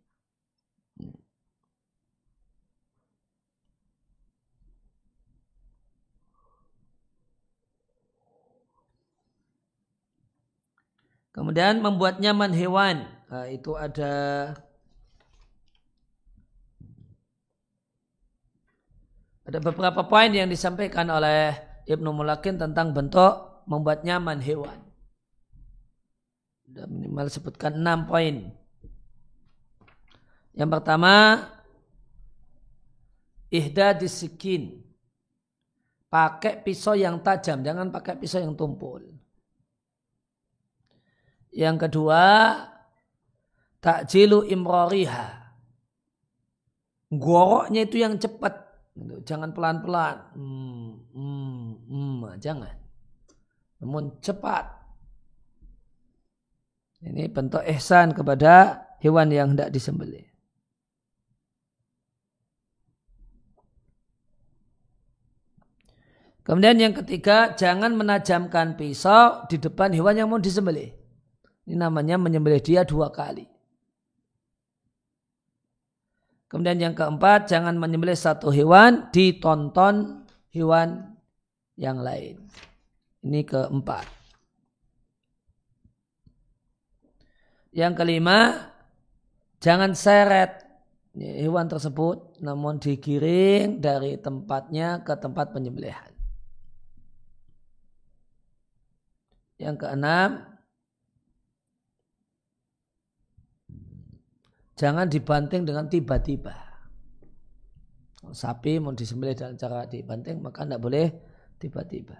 Kemudian membuat nyaman hewan. Nah, itu ada beberapa poin yang disampaikan oleh Ibnu Mulakin tentang bentuk membuat nyaman hewan. Sudah minimal sebutkan 6 poin. Yang pertama, ihdadis sikin. Pakai pisau yang tajam, jangan pakai pisau yang tumpul. Yang kedua, takjilu imroriha. Goroknya itu yang cepat. Jangan pelan-pelan. Jangan. Namun cepat. Ini bentuk ihsan kepada hewan yang hendak disembelih. Kemudian yang ketiga, jangan menajamkan pisau di depan hewan yang mau disembelih. Ini namanya menyembelih dia 2 kali. Kemudian yang keempat, jangan menyembelih satu hewan ditonton hewan yang lain. Ini keempat. Yang kelima, jangan seret hewan tersebut namun digiring dari tempatnya ke tempat penyembelihan. Yang keenam, jangan dibanting dengan tiba-tiba. Sapi mau disembelih dengan cara dibanting, maka tidak boleh tiba-tiba.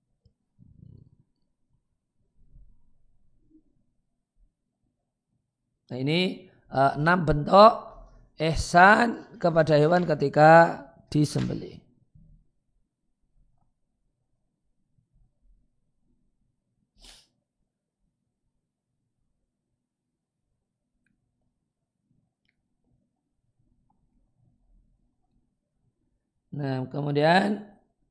Nah ini 6 bentuk ihsan kepada hewan ketika disembelih. Nah, kemudian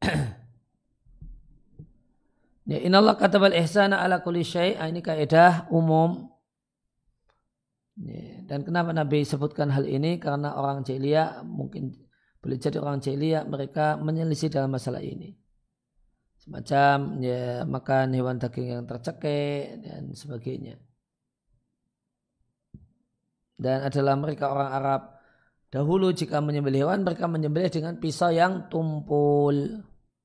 ya inallah katabal ihsana ala kulli syai', ini kaidah umum. Ya, dan kenapa Nabi sebutkan hal ini? Karena orang jahiliyah, mungkin boleh jadi orang jahiliyah, mereka menyelisih dalam masalah ini. Semacam ya makan hewan daging yang tercekik dan sebagainya. Dan adalah mereka orang Arab dahulu jika menyembelih hewan, mereka menyembelih dengan pisau yang tumpul.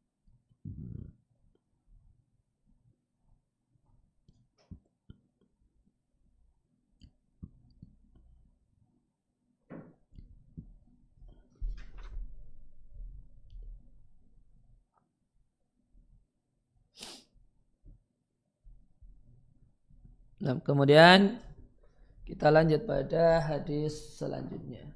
Nah, kemudian kita lanjut pada hadis selanjutnya.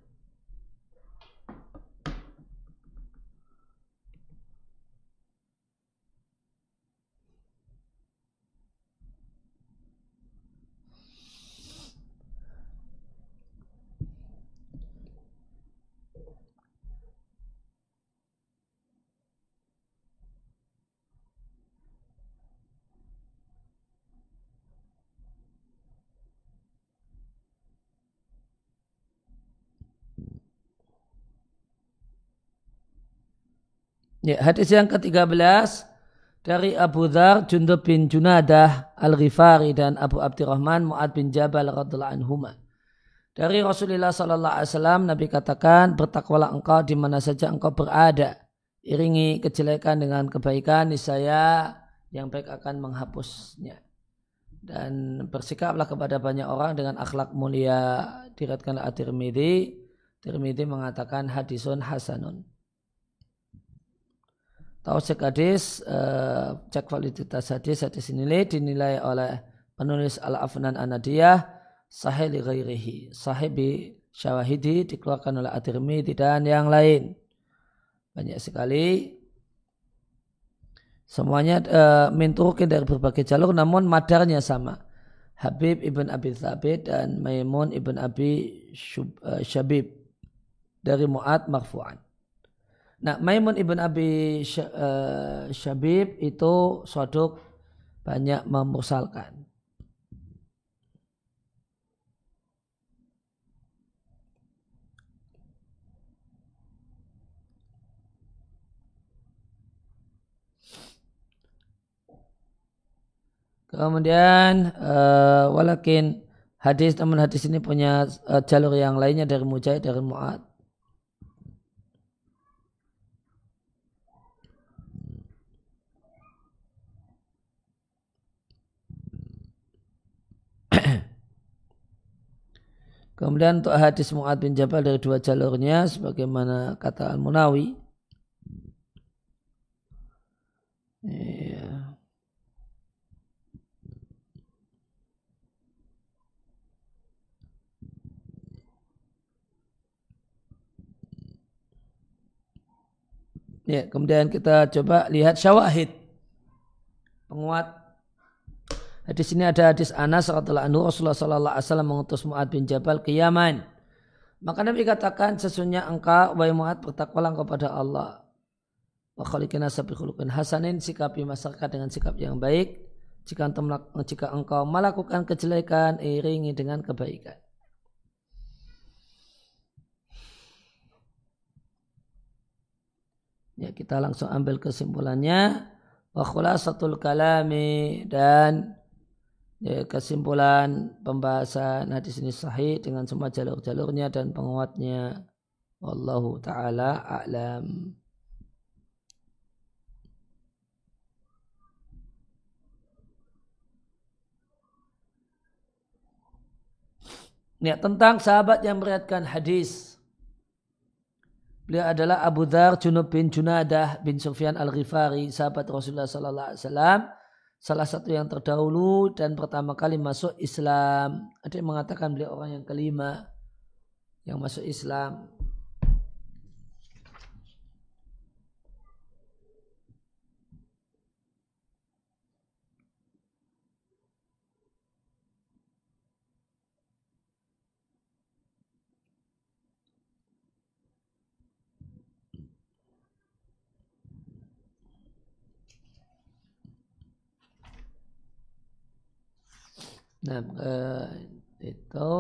Ya, hadis yang ke-13 dari Abu Dzar, Jundub bin Junadah Al-Ghifari dan Abu Abdurrahman Mu'ad bin Jabal radhiyallahu anhuma. Dari Rasulullah sallallahu alaihi wasallam Nabi katakan, bertakwalah engkau di mana saja engkau berada. Iringi kejelekan dengan kebaikan, niscaya yang baik akan menghapusnya. Dan bersikaplah kepada banyak orang dengan akhlak mulia. Diriwayatkan oleh At-Tirmidzi. Tirmidzi mengatakan hadisun hasanun. Tausik hadis, cek validitas hadis ini dinilai oleh penulis Al-Afnan An-Nadiyah sahih li ghairihi, sahih bi syawahidi, dikeluarkan oleh At-Tirmidzi dan yang lain. Banyak sekali. Semuanya min turuqin dari berbagai jalur, namun madarnya sama. Habib ibn Abi Thabit dan Maimun ibn Abi Syabib dari Mu'ad marfu'an. Nah, Maimun ibn Abi Syabib itu soduk, banyak memursalkan. Kemudian walakin hadis, namun hadis ini punya jalur yang lainnya dari Mujahid, dari Mu'ad. Kemudian untuk hadis Mu'ad bin Jabal dari dua jalurnya, sebagaimana kata Al-Munawi. Ya. Ya, kemudian kita coba lihat syawahid. Penguat hadis ini ada hadis Anas radhiyallahu anhu, Rasulullah sallallahu alaihi wasallam mengutus Mu'ad bin Jabal ke Yaman. Maka Nabi katakan, sesungguhnya engkau wahai Mu'ad bertakwalah kepada Allah. Wa khaliqin nas bi khuluqin hasanin, sikapi masyarakat dengan sikap yang baik. Jika engkau melakukan kejelekan, iringi dengan kebaikan. Ya, kita langsung ambil kesimpulannya. Wa khulasatul kalami, dan ya, kesimpulan pembahasan hadis ini sahih dengan semua jalur-jalurnya dan penguatnya. Wallahu ta'ala a'lam. Ya, tentang sahabat yang meriwayatkan hadis. Beliau adalah Abu Dzar Junub bin Junadah bin Sufyan Al-Ghifari, sahabat Rasulullah sallallahu alaihi wasallam, salah satu yang terdahulu dan pertama kali masuk Islam. Ada yang mengatakan beliau orang yang kelima yang masuk Islam. Nah, itu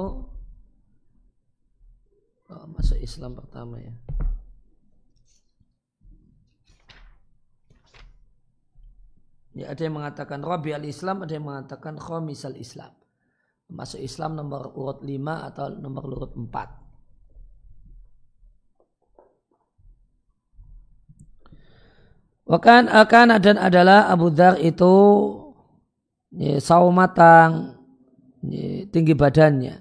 masuk Islam pertama ya. Ya, ada yang mengatakan Rabi al-Islam, ada yang mengatakan Khamis al-Islam. Masuk Islam nomor urut 5 atau nomor urut 4. Akan dan adalah Abu Dzar itu ya, sawo matang, ya, tinggi badannya,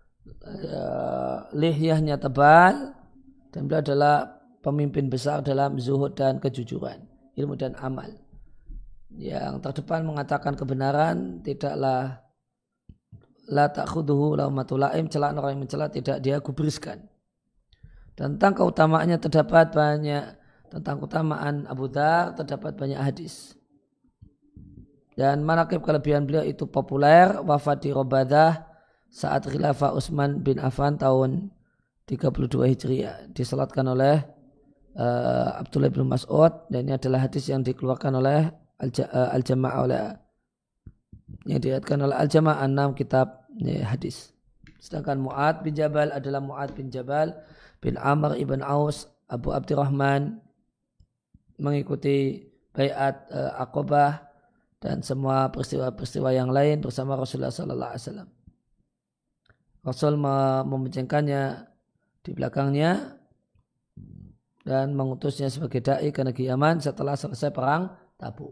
lihyahnya tebal, dan beliau adalah pemimpin besar dalam zuhud dan kejujuran, ilmu dan amal. Yang terdepan mengatakan kebenaran, tidaklah la ta'khudhuhu laumatul laim, celaan orang yang mencela tidak dia gubriskan. Tentang keutamaannya terdapat banyak, tentang keutamaan Abu Dzar terdapat banyak hadis. Dan manaqib kelebihan beliau itu populer. Wafat di Robadah saat khilafah Utsman bin Affan tahun 32 Hijriah, disalatkan oleh Abdullah bin Mas'ud, dan ini adalah hadis yang dikeluarkan oleh Al-Jamaah, oleh yang diriwayatkan oleh Al-Jamaah 6 kitab hadis. Sedangkan Mu'ad bin Jabal adalah Mu'ad bin Jabal bin Amr ibn Aus Abu Abdurrahman mengikuti baiat Aqabah dan semua peristiwa-peristiwa yang lain bersama Rasulullah sallallahu alaihi wasallam. Rasul memboncengkannya di belakangnya dan mengutusnya sebagai dai ke negeri Yaman setelah selesai perang Tabuk.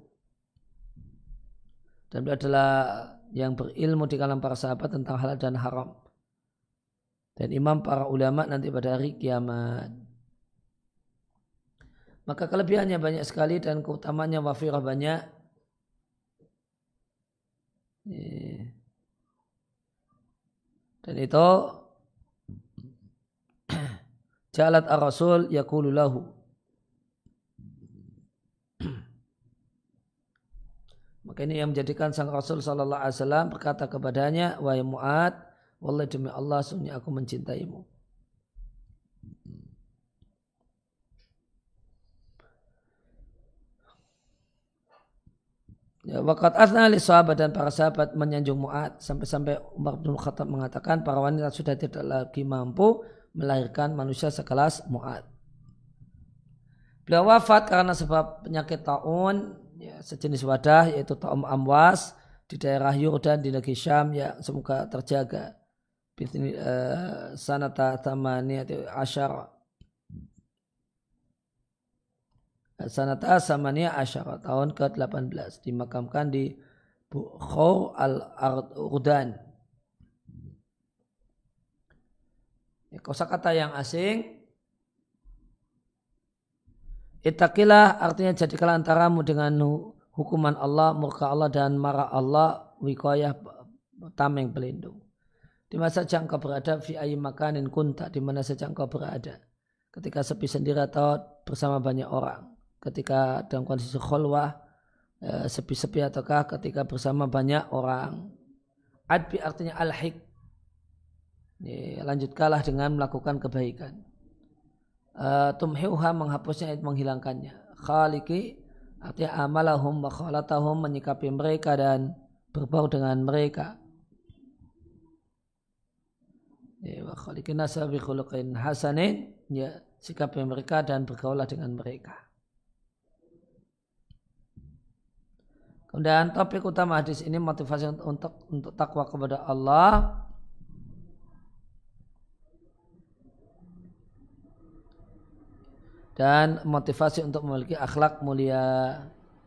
Dan beliau adalah yang berilmu di kalangan para sahabat tentang halal dan haram. Dan imam para ulama nanti pada hari kiamat. Maka kelebihannya banyak sekali dan keutamanya wafirah banyak. Dan itu jalat ar-rasul yaqulu lahu. Maka ini yang menjadikan sang Rasul sallallahu alaihi wasallam berkata kepadanya, wahai Mu'ad, wallahi demi Allah sungguh aku mencintaimu. Ya, waqad athna li sahabat dan para sahabat menyanjung Mu'ad sampai-sampai Umar bin Khattab mengatakan para wanita sudah tidak lagi mampu melahirkan manusia sekelas Mu'ad. Beliau wafat karena sebab penyakit taun, ya, sejenis wadah yaitu taun amwas di daerah Yordan di negeri Syam yang semoga terjaga. Sanata thamaniyati asyara. Sanata Samaniyah Asyara tahun ke-18 dimakamkan di Bukhor al-Urdan. Kosakata yang asing. Ittaqilah artinya jadikanlah antaramu dengan hukuman Allah, murka Allah dan marah Allah, wiqayah tameng pelindung. Di mana saja engkau berada fi ayyi makanin kunta, di mana saja engkau berada. Ketika sepi sendiri atau bersama banyak orang. Ketika dalam kondisi khulwah, sepi-sepi ataukah ketika bersama banyak orang. Adbi artinya al-hik. Lanjutkanlah dengan melakukan kebaikan. Tumhiuha menghapusnya, menghilangkannya. Khaliki artinya amalahum wa khalatahum, menyikapi mereka dan berbau dengan mereka. Wa khaliqin nasa bi khuluqin hasanin, ya, sikapi mereka dan bergaulah dengan mereka. Kemudian topik utama hadis ini motivasi untuk takwa kepada Allah. Dan motivasi untuk memiliki akhlak mulia.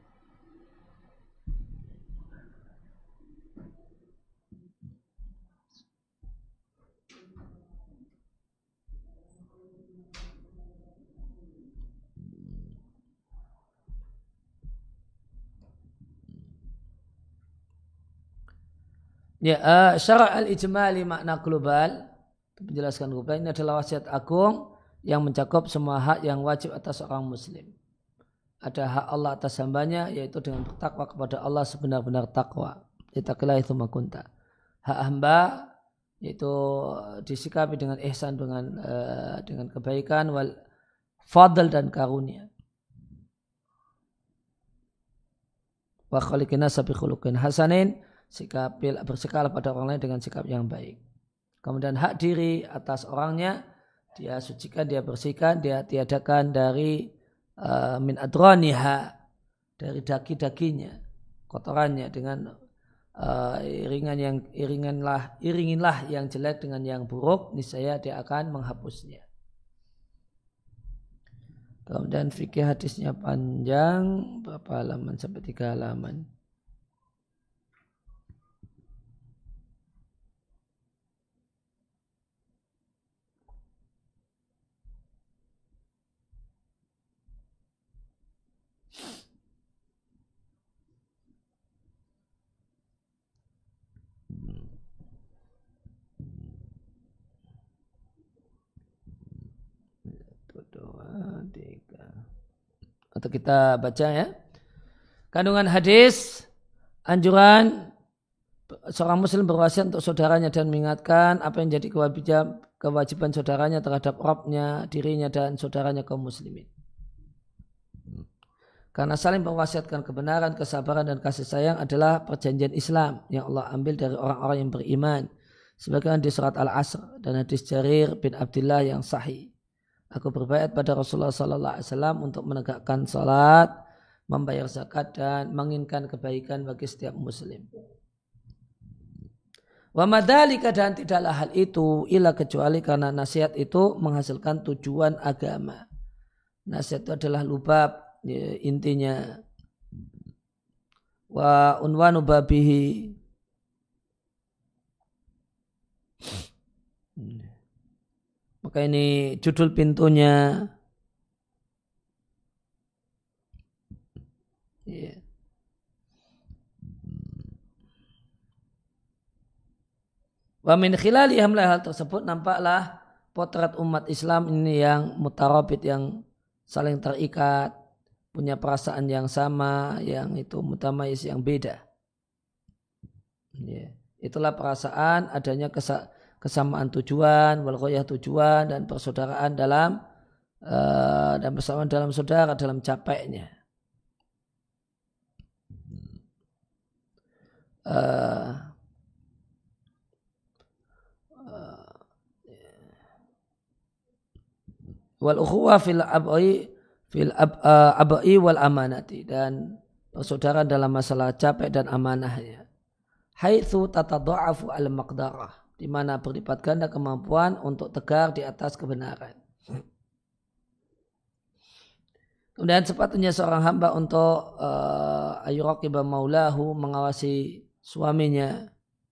Ya, syara' al-ijmali makna global, penjelaskan global ini adalah wasiat agung yang mencakup semua hak yang wajib atas seorang muslim. Ada hak Allah atas hambanya, yaitu dengan bertakwa kepada Allah sebenar-benar takwa. Ittaqillaha tsumma kunta. Hak hamba yaitu disikapi dengan ihsan, dengan kebaikan, wal fadl dan karunia. Wa khaliqin nasa bi khuluqin hasanin, bersikap pada orang lain dengan sikap yang baik. Kemudian hak diri atas orangnya, dia sucikan, dia bersihkan, dia tiadakan dari min adraniha, dari daki-dakinya, kotorannya, dengan iringinlah yang jelek dengan yang buruk, niscaya dia akan menghapusnya. Kemudian fikih hadisnya panjang, berapa halaman, sampai 3 halaman. Atau kita baca ya. Kandungan hadis, anjuran seorang muslim berwasiat untuk saudaranya dan mengingatkan apa yang jadi kewajiban saudaranya terhadap Rabbnya, dirinya dan saudaranya kaum muslimin. Karena saling mewasiatkan kebenaran, kesabaran dan kasih sayang adalah perjanjian Islam yang Allah ambil dari orang-orang yang beriman. Sebagaimana di surat Al-Asr dan hadis Jarir bin Abdullah yang sahih. Aku berbaiat pada Rasulullah sallallahu alaihi wasallam untuk menegakkan salat, membayar zakat dan menginginkan kebaikan bagi setiap muslim. Wa madzalika dan tidaklah hal itu illa kecuali karena nasihat itu menghasilkan tujuan agama. Nasihat itu adalah lubab, ya, intinya. Wa unwanu babihi. Maka ini judul pintunya. Yeah. Wa min khilali hal tersebut nampaklah potret umat Islam ini yang mutarabit, yang saling terikat, punya perasaan yang sama, yang itu mutamayyiz, yang beda. Yeah. Itulah perasaan adanya kesamaan tujuan, wal ghayah tujuan dan persaudaraan dalam dan bersamaan dalam saudara dalam capeknya. Wal ukhuwah fil abai wal amanati, dan persaudaraan dalam masalah capek dan amanahnya. Haitsu tatadha'afu al maqdarah, di mana berlipat ganda kemampuan untuk tegar di atas kebenaran. Kemudian sepatutnya seorang hamba untuk ayuraqiba maulahu, mengawasi suaminya,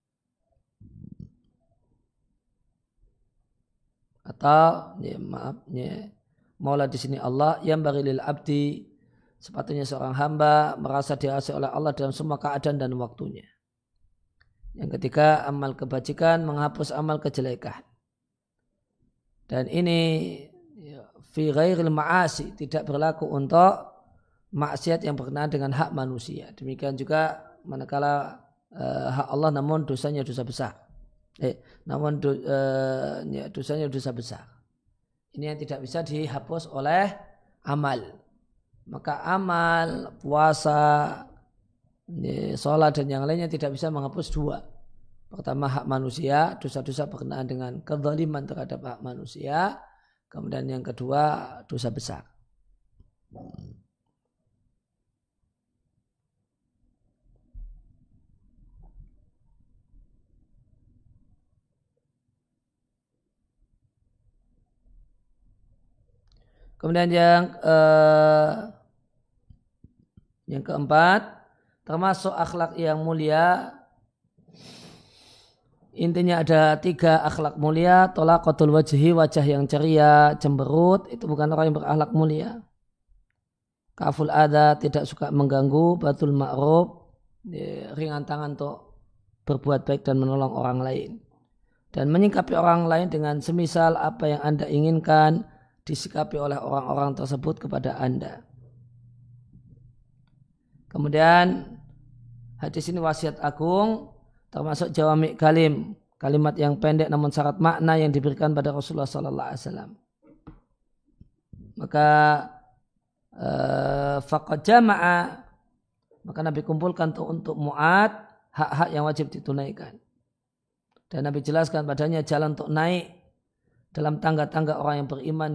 atau maula di sini Allah, yang bagi lil abdi, sepatutnya seorang hamba merasa diawasi oleh Allah dalam semua keadaan dan waktunya. Yang ketiga, amal kebajikan menghapus amal kejelekan. Dan ini fi ghairil ma'asi, tidak berlaku untuk maksiat yang berkenaan dengan hak manusia. Demikian juga manakala hak Allah namun dosanya dosa besar. Dosanya dosa besar. Ini yang tidak bisa dihapus oleh amal. Maka amal, puasa, sholat dan yang lainnya tidak bisa menghapus dua. Pertama, hak manusia, dosa-dosa berkenaan dengan kezaliman terhadap hak manusia. Kemudian yang kedua, dosa besar. Kemudian yang keempat, termasuk akhlak yang mulia, intinya ada 3 akhlak mulia. Tolaqatul wajhi, wajah yang ceria, cemberut, itu bukan orang yang berakhlak mulia. Kaful adha, tidak suka mengganggu. Batul ma'ruf, ringan tangan untuk berbuat baik dan menolong orang lain. Dan menyikapi orang lain dengan semisal apa yang Anda inginkan disikapi oleh orang-orang tersebut kepada Anda. Kemudian hadis ini wasiat agung, termasuk jawami' kalim, kalimat yang pendek namun syarat makna yang diberikan pada Rasulullah sallallahu alaihi wasallam. Maka faqad jama'a, maka Nabi kumpulkan untuk Mu'ad hak-hak yang wajib ditunaikan. Dan Nabi jelaskan padanya jalan untuk naik dalam tangga-tangga orang yang beriman,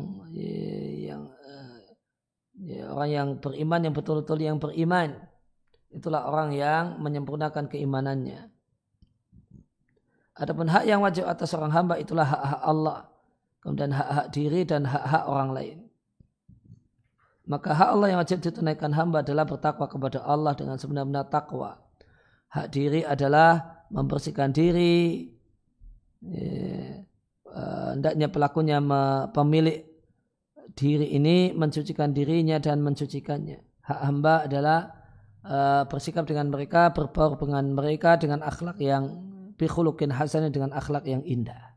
orang yang beriman, yang betul-betul yang beriman. Itulah orang yang menyempurnakan keimanannya. Adapun hak yang wajib atas seorang hamba itulah hak-hak Allah, kemudian hak-hak diri dan hak-hak orang lain. Maka hak Allah yang wajib ditunaikan hamba adalah bertakwa kepada Allah dengan sebenar-benar takwa. Hak diri adalah membersihkan diri. Hendaknya pelakunya, pemilik diri ini mensucikan dirinya dan mensucikannya. Hak hamba adalah bersikap dengan mereka, berbaur dengan mereka dengan akhlak yang bikhuluqin hasan, dengan akhlak yang indah.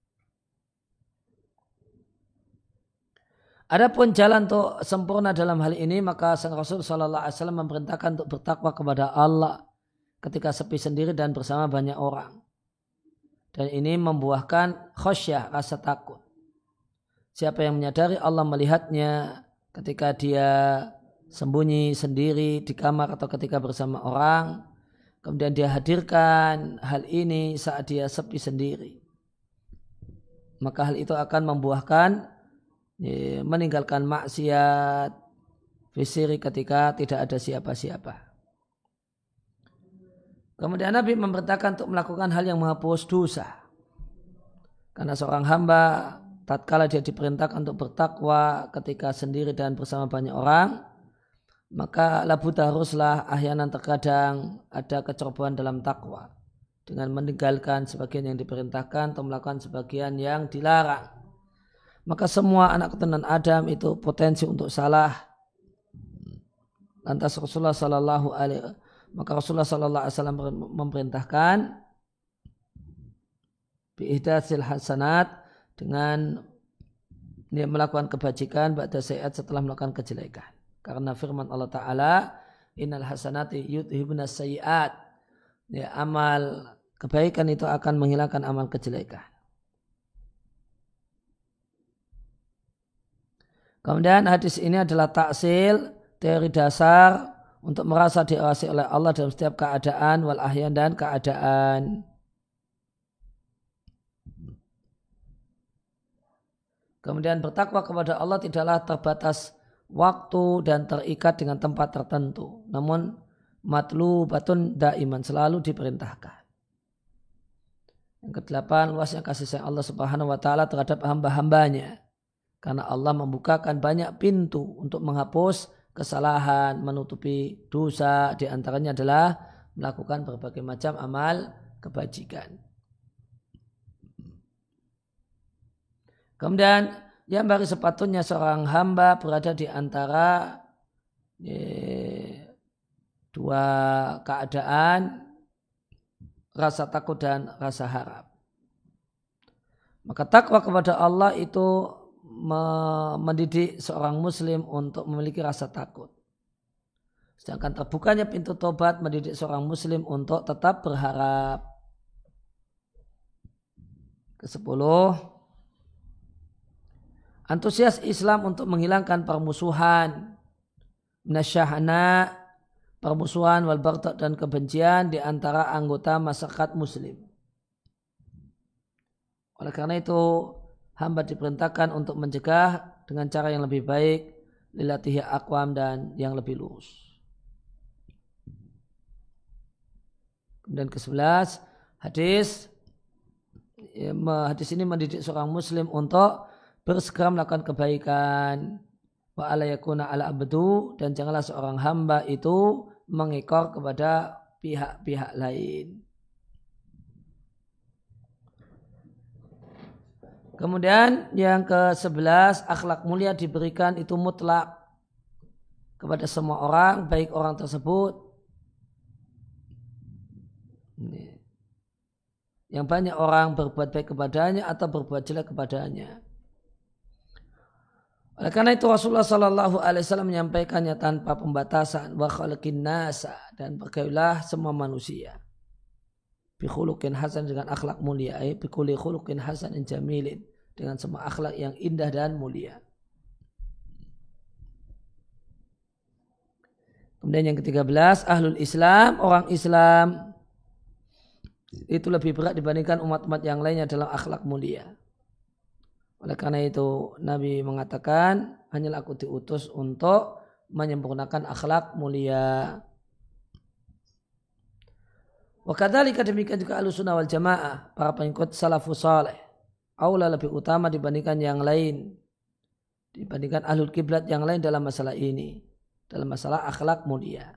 Adapun jalan untuk sempurna dalam hal ini, maka Sang Rasul sallallahu alaihi wasallam memerintahkan untuk bertakwa kepada Allah ketika sepi sendiri dan bersama banyak orang. Dan ini membuahkan khasyah, rasa takut. Siapa yang menyadari Allah melihatnya ketika dia sembunyi sendiri di kamar atau ketika bersama orang, kemudian dia hadirkan hal ini saat dia sepi sendiri, maka hal itu akan membuahkan meninggalkan maksiat fisiri ketika tidak ada siapa-siapa. Kemudian Nabi memerintahkan untuk melakukan hal yang menghapus dosa. Karena seorang hamba tatkala dia diperintahkan untuk bertakwa ketika sendiri dan bersama banyak orang, maka labuda haruslah ahyanan terkadang ada kecerobohan dalam takwa dengan meninggalkan sebagian yang diperintahkan atau melakukan sebagian yang dilarang. Maka semua anak keturunan Adam itu potensi untuk salah. Lantas Rasulullah Sallallahu Alaihi Wasallam memerintahkan biihdatsil hasanat dengan dia melakukan kebajikan ba'da sayyi'at setelah melakukan kejelekan. Karena firman Allah Ta'ala, innal hasanati yudhibnas sayyi'at. Ya, amal kebaikan itu akan menghilangkan amal kejelekan. Kemudian hadis ini adalah taksil teori dasar untuk merasa diawasi oleh Allah dalam setiap keadaan wal ahyan dan keadaan. Kemudian bertakwa kepada Allah tidaklah terbatas waktu dan terikat dengan tempat tertentu, namun matlubatun daiman, selalu diperintahkan. Yang kedelapan, luasnya kasih sayang Allah Subhanahu wa taala terhadap hamba-hambanya. Karena Allah membukakan banyak pintu untuk menghapus kesalahan, menutupi dosa, di antaranya adalah melakukan berbagai macam amal kebajikan. Kemudian yang bagi sepatutnya seorang hamba berada di antara dua keadaan, rasa takut dan rasa harap. Maka takwa kepada Allah itu mendidik seorang muslim untuk memiliki rasa takut. Sedangkan terbukanya pintu tobat mendidik seorang muslim untuk tetap berharap. Ke-10, antusias Islam untuk menghilangkan permusuhan, nasyahna, permusuhan wal baghdad dan kebencian di antara anggota masyarakat muslim. Oleh karena itu hamba diperintahkan untuk mencegah dengan cara yang lebih baik, lilatihi aqwam, dan yang lebih lurus. Kemudian ke-11, hadis ini mendidik seorang muslim untuk bersegera melakukan kebaikan, wa ala yakuna ala abdu, dan janganlah seorang hamba itu mengekor kepada pihak-pihak lain. Kemudian yang ke-11, akhlak mulia diberikan itu mutlak kepada semua orang, baik orang tersebut yang banyak orang berbuat baik kepadanya atau berbuat jelek kepadanya. Oleh karena itu Rasulullah Sallallahu Alaihi Wasallam menyampaikannya tanpa pembatasan, wa khaliqin nasa, dan bergaulah semua manusia bi khuluqin hasan, dengan akhlak mulia, bi kulli khuluqin hasanin jamilin, dengan semua akhlak yang indah dan mulia. Kemudian yang ke-13, ahlul Islam, orang Islam itu lebih berat dibandingkan umat-umat yang lainnya dalam akhlak mulia. Oleh karena itu Nabi mengatakan, hanyalah aku diutus untuk menyempurnakan akhlak mulia. Wa kadzalika, demikian juga Ahlussunnah wal Jamaah, para pengikut salafus saleh, aula lebih utama dibandingkan yang lain, dibandingkan ahlul kiblat yang lain dalam masalah ini, dalam masalah akhlak mulia.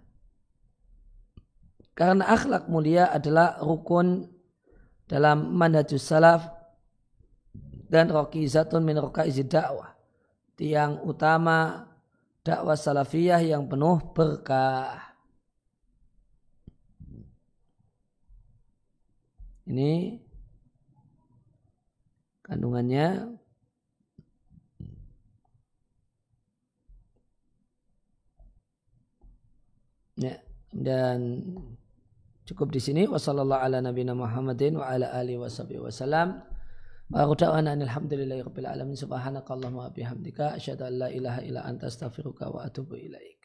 Karena akhlak mulia adalah rukun dalam manhajus salaf dan raqizatun min raqaizi dakwah, tiang utama dakwah salafiyah yang penuh berkah. Ini kandungannya. Ya, dan cukup di sini. Wassallallahu ala nabiyina Muhammadin wa ala alihi wasallam. Wa ruta'ana alhamdulillahi rabbil alamin. Subhanakallahumma wa bihamdika asyhadu an la ilaha illa anta astaghfiruka wa atubu ilaik.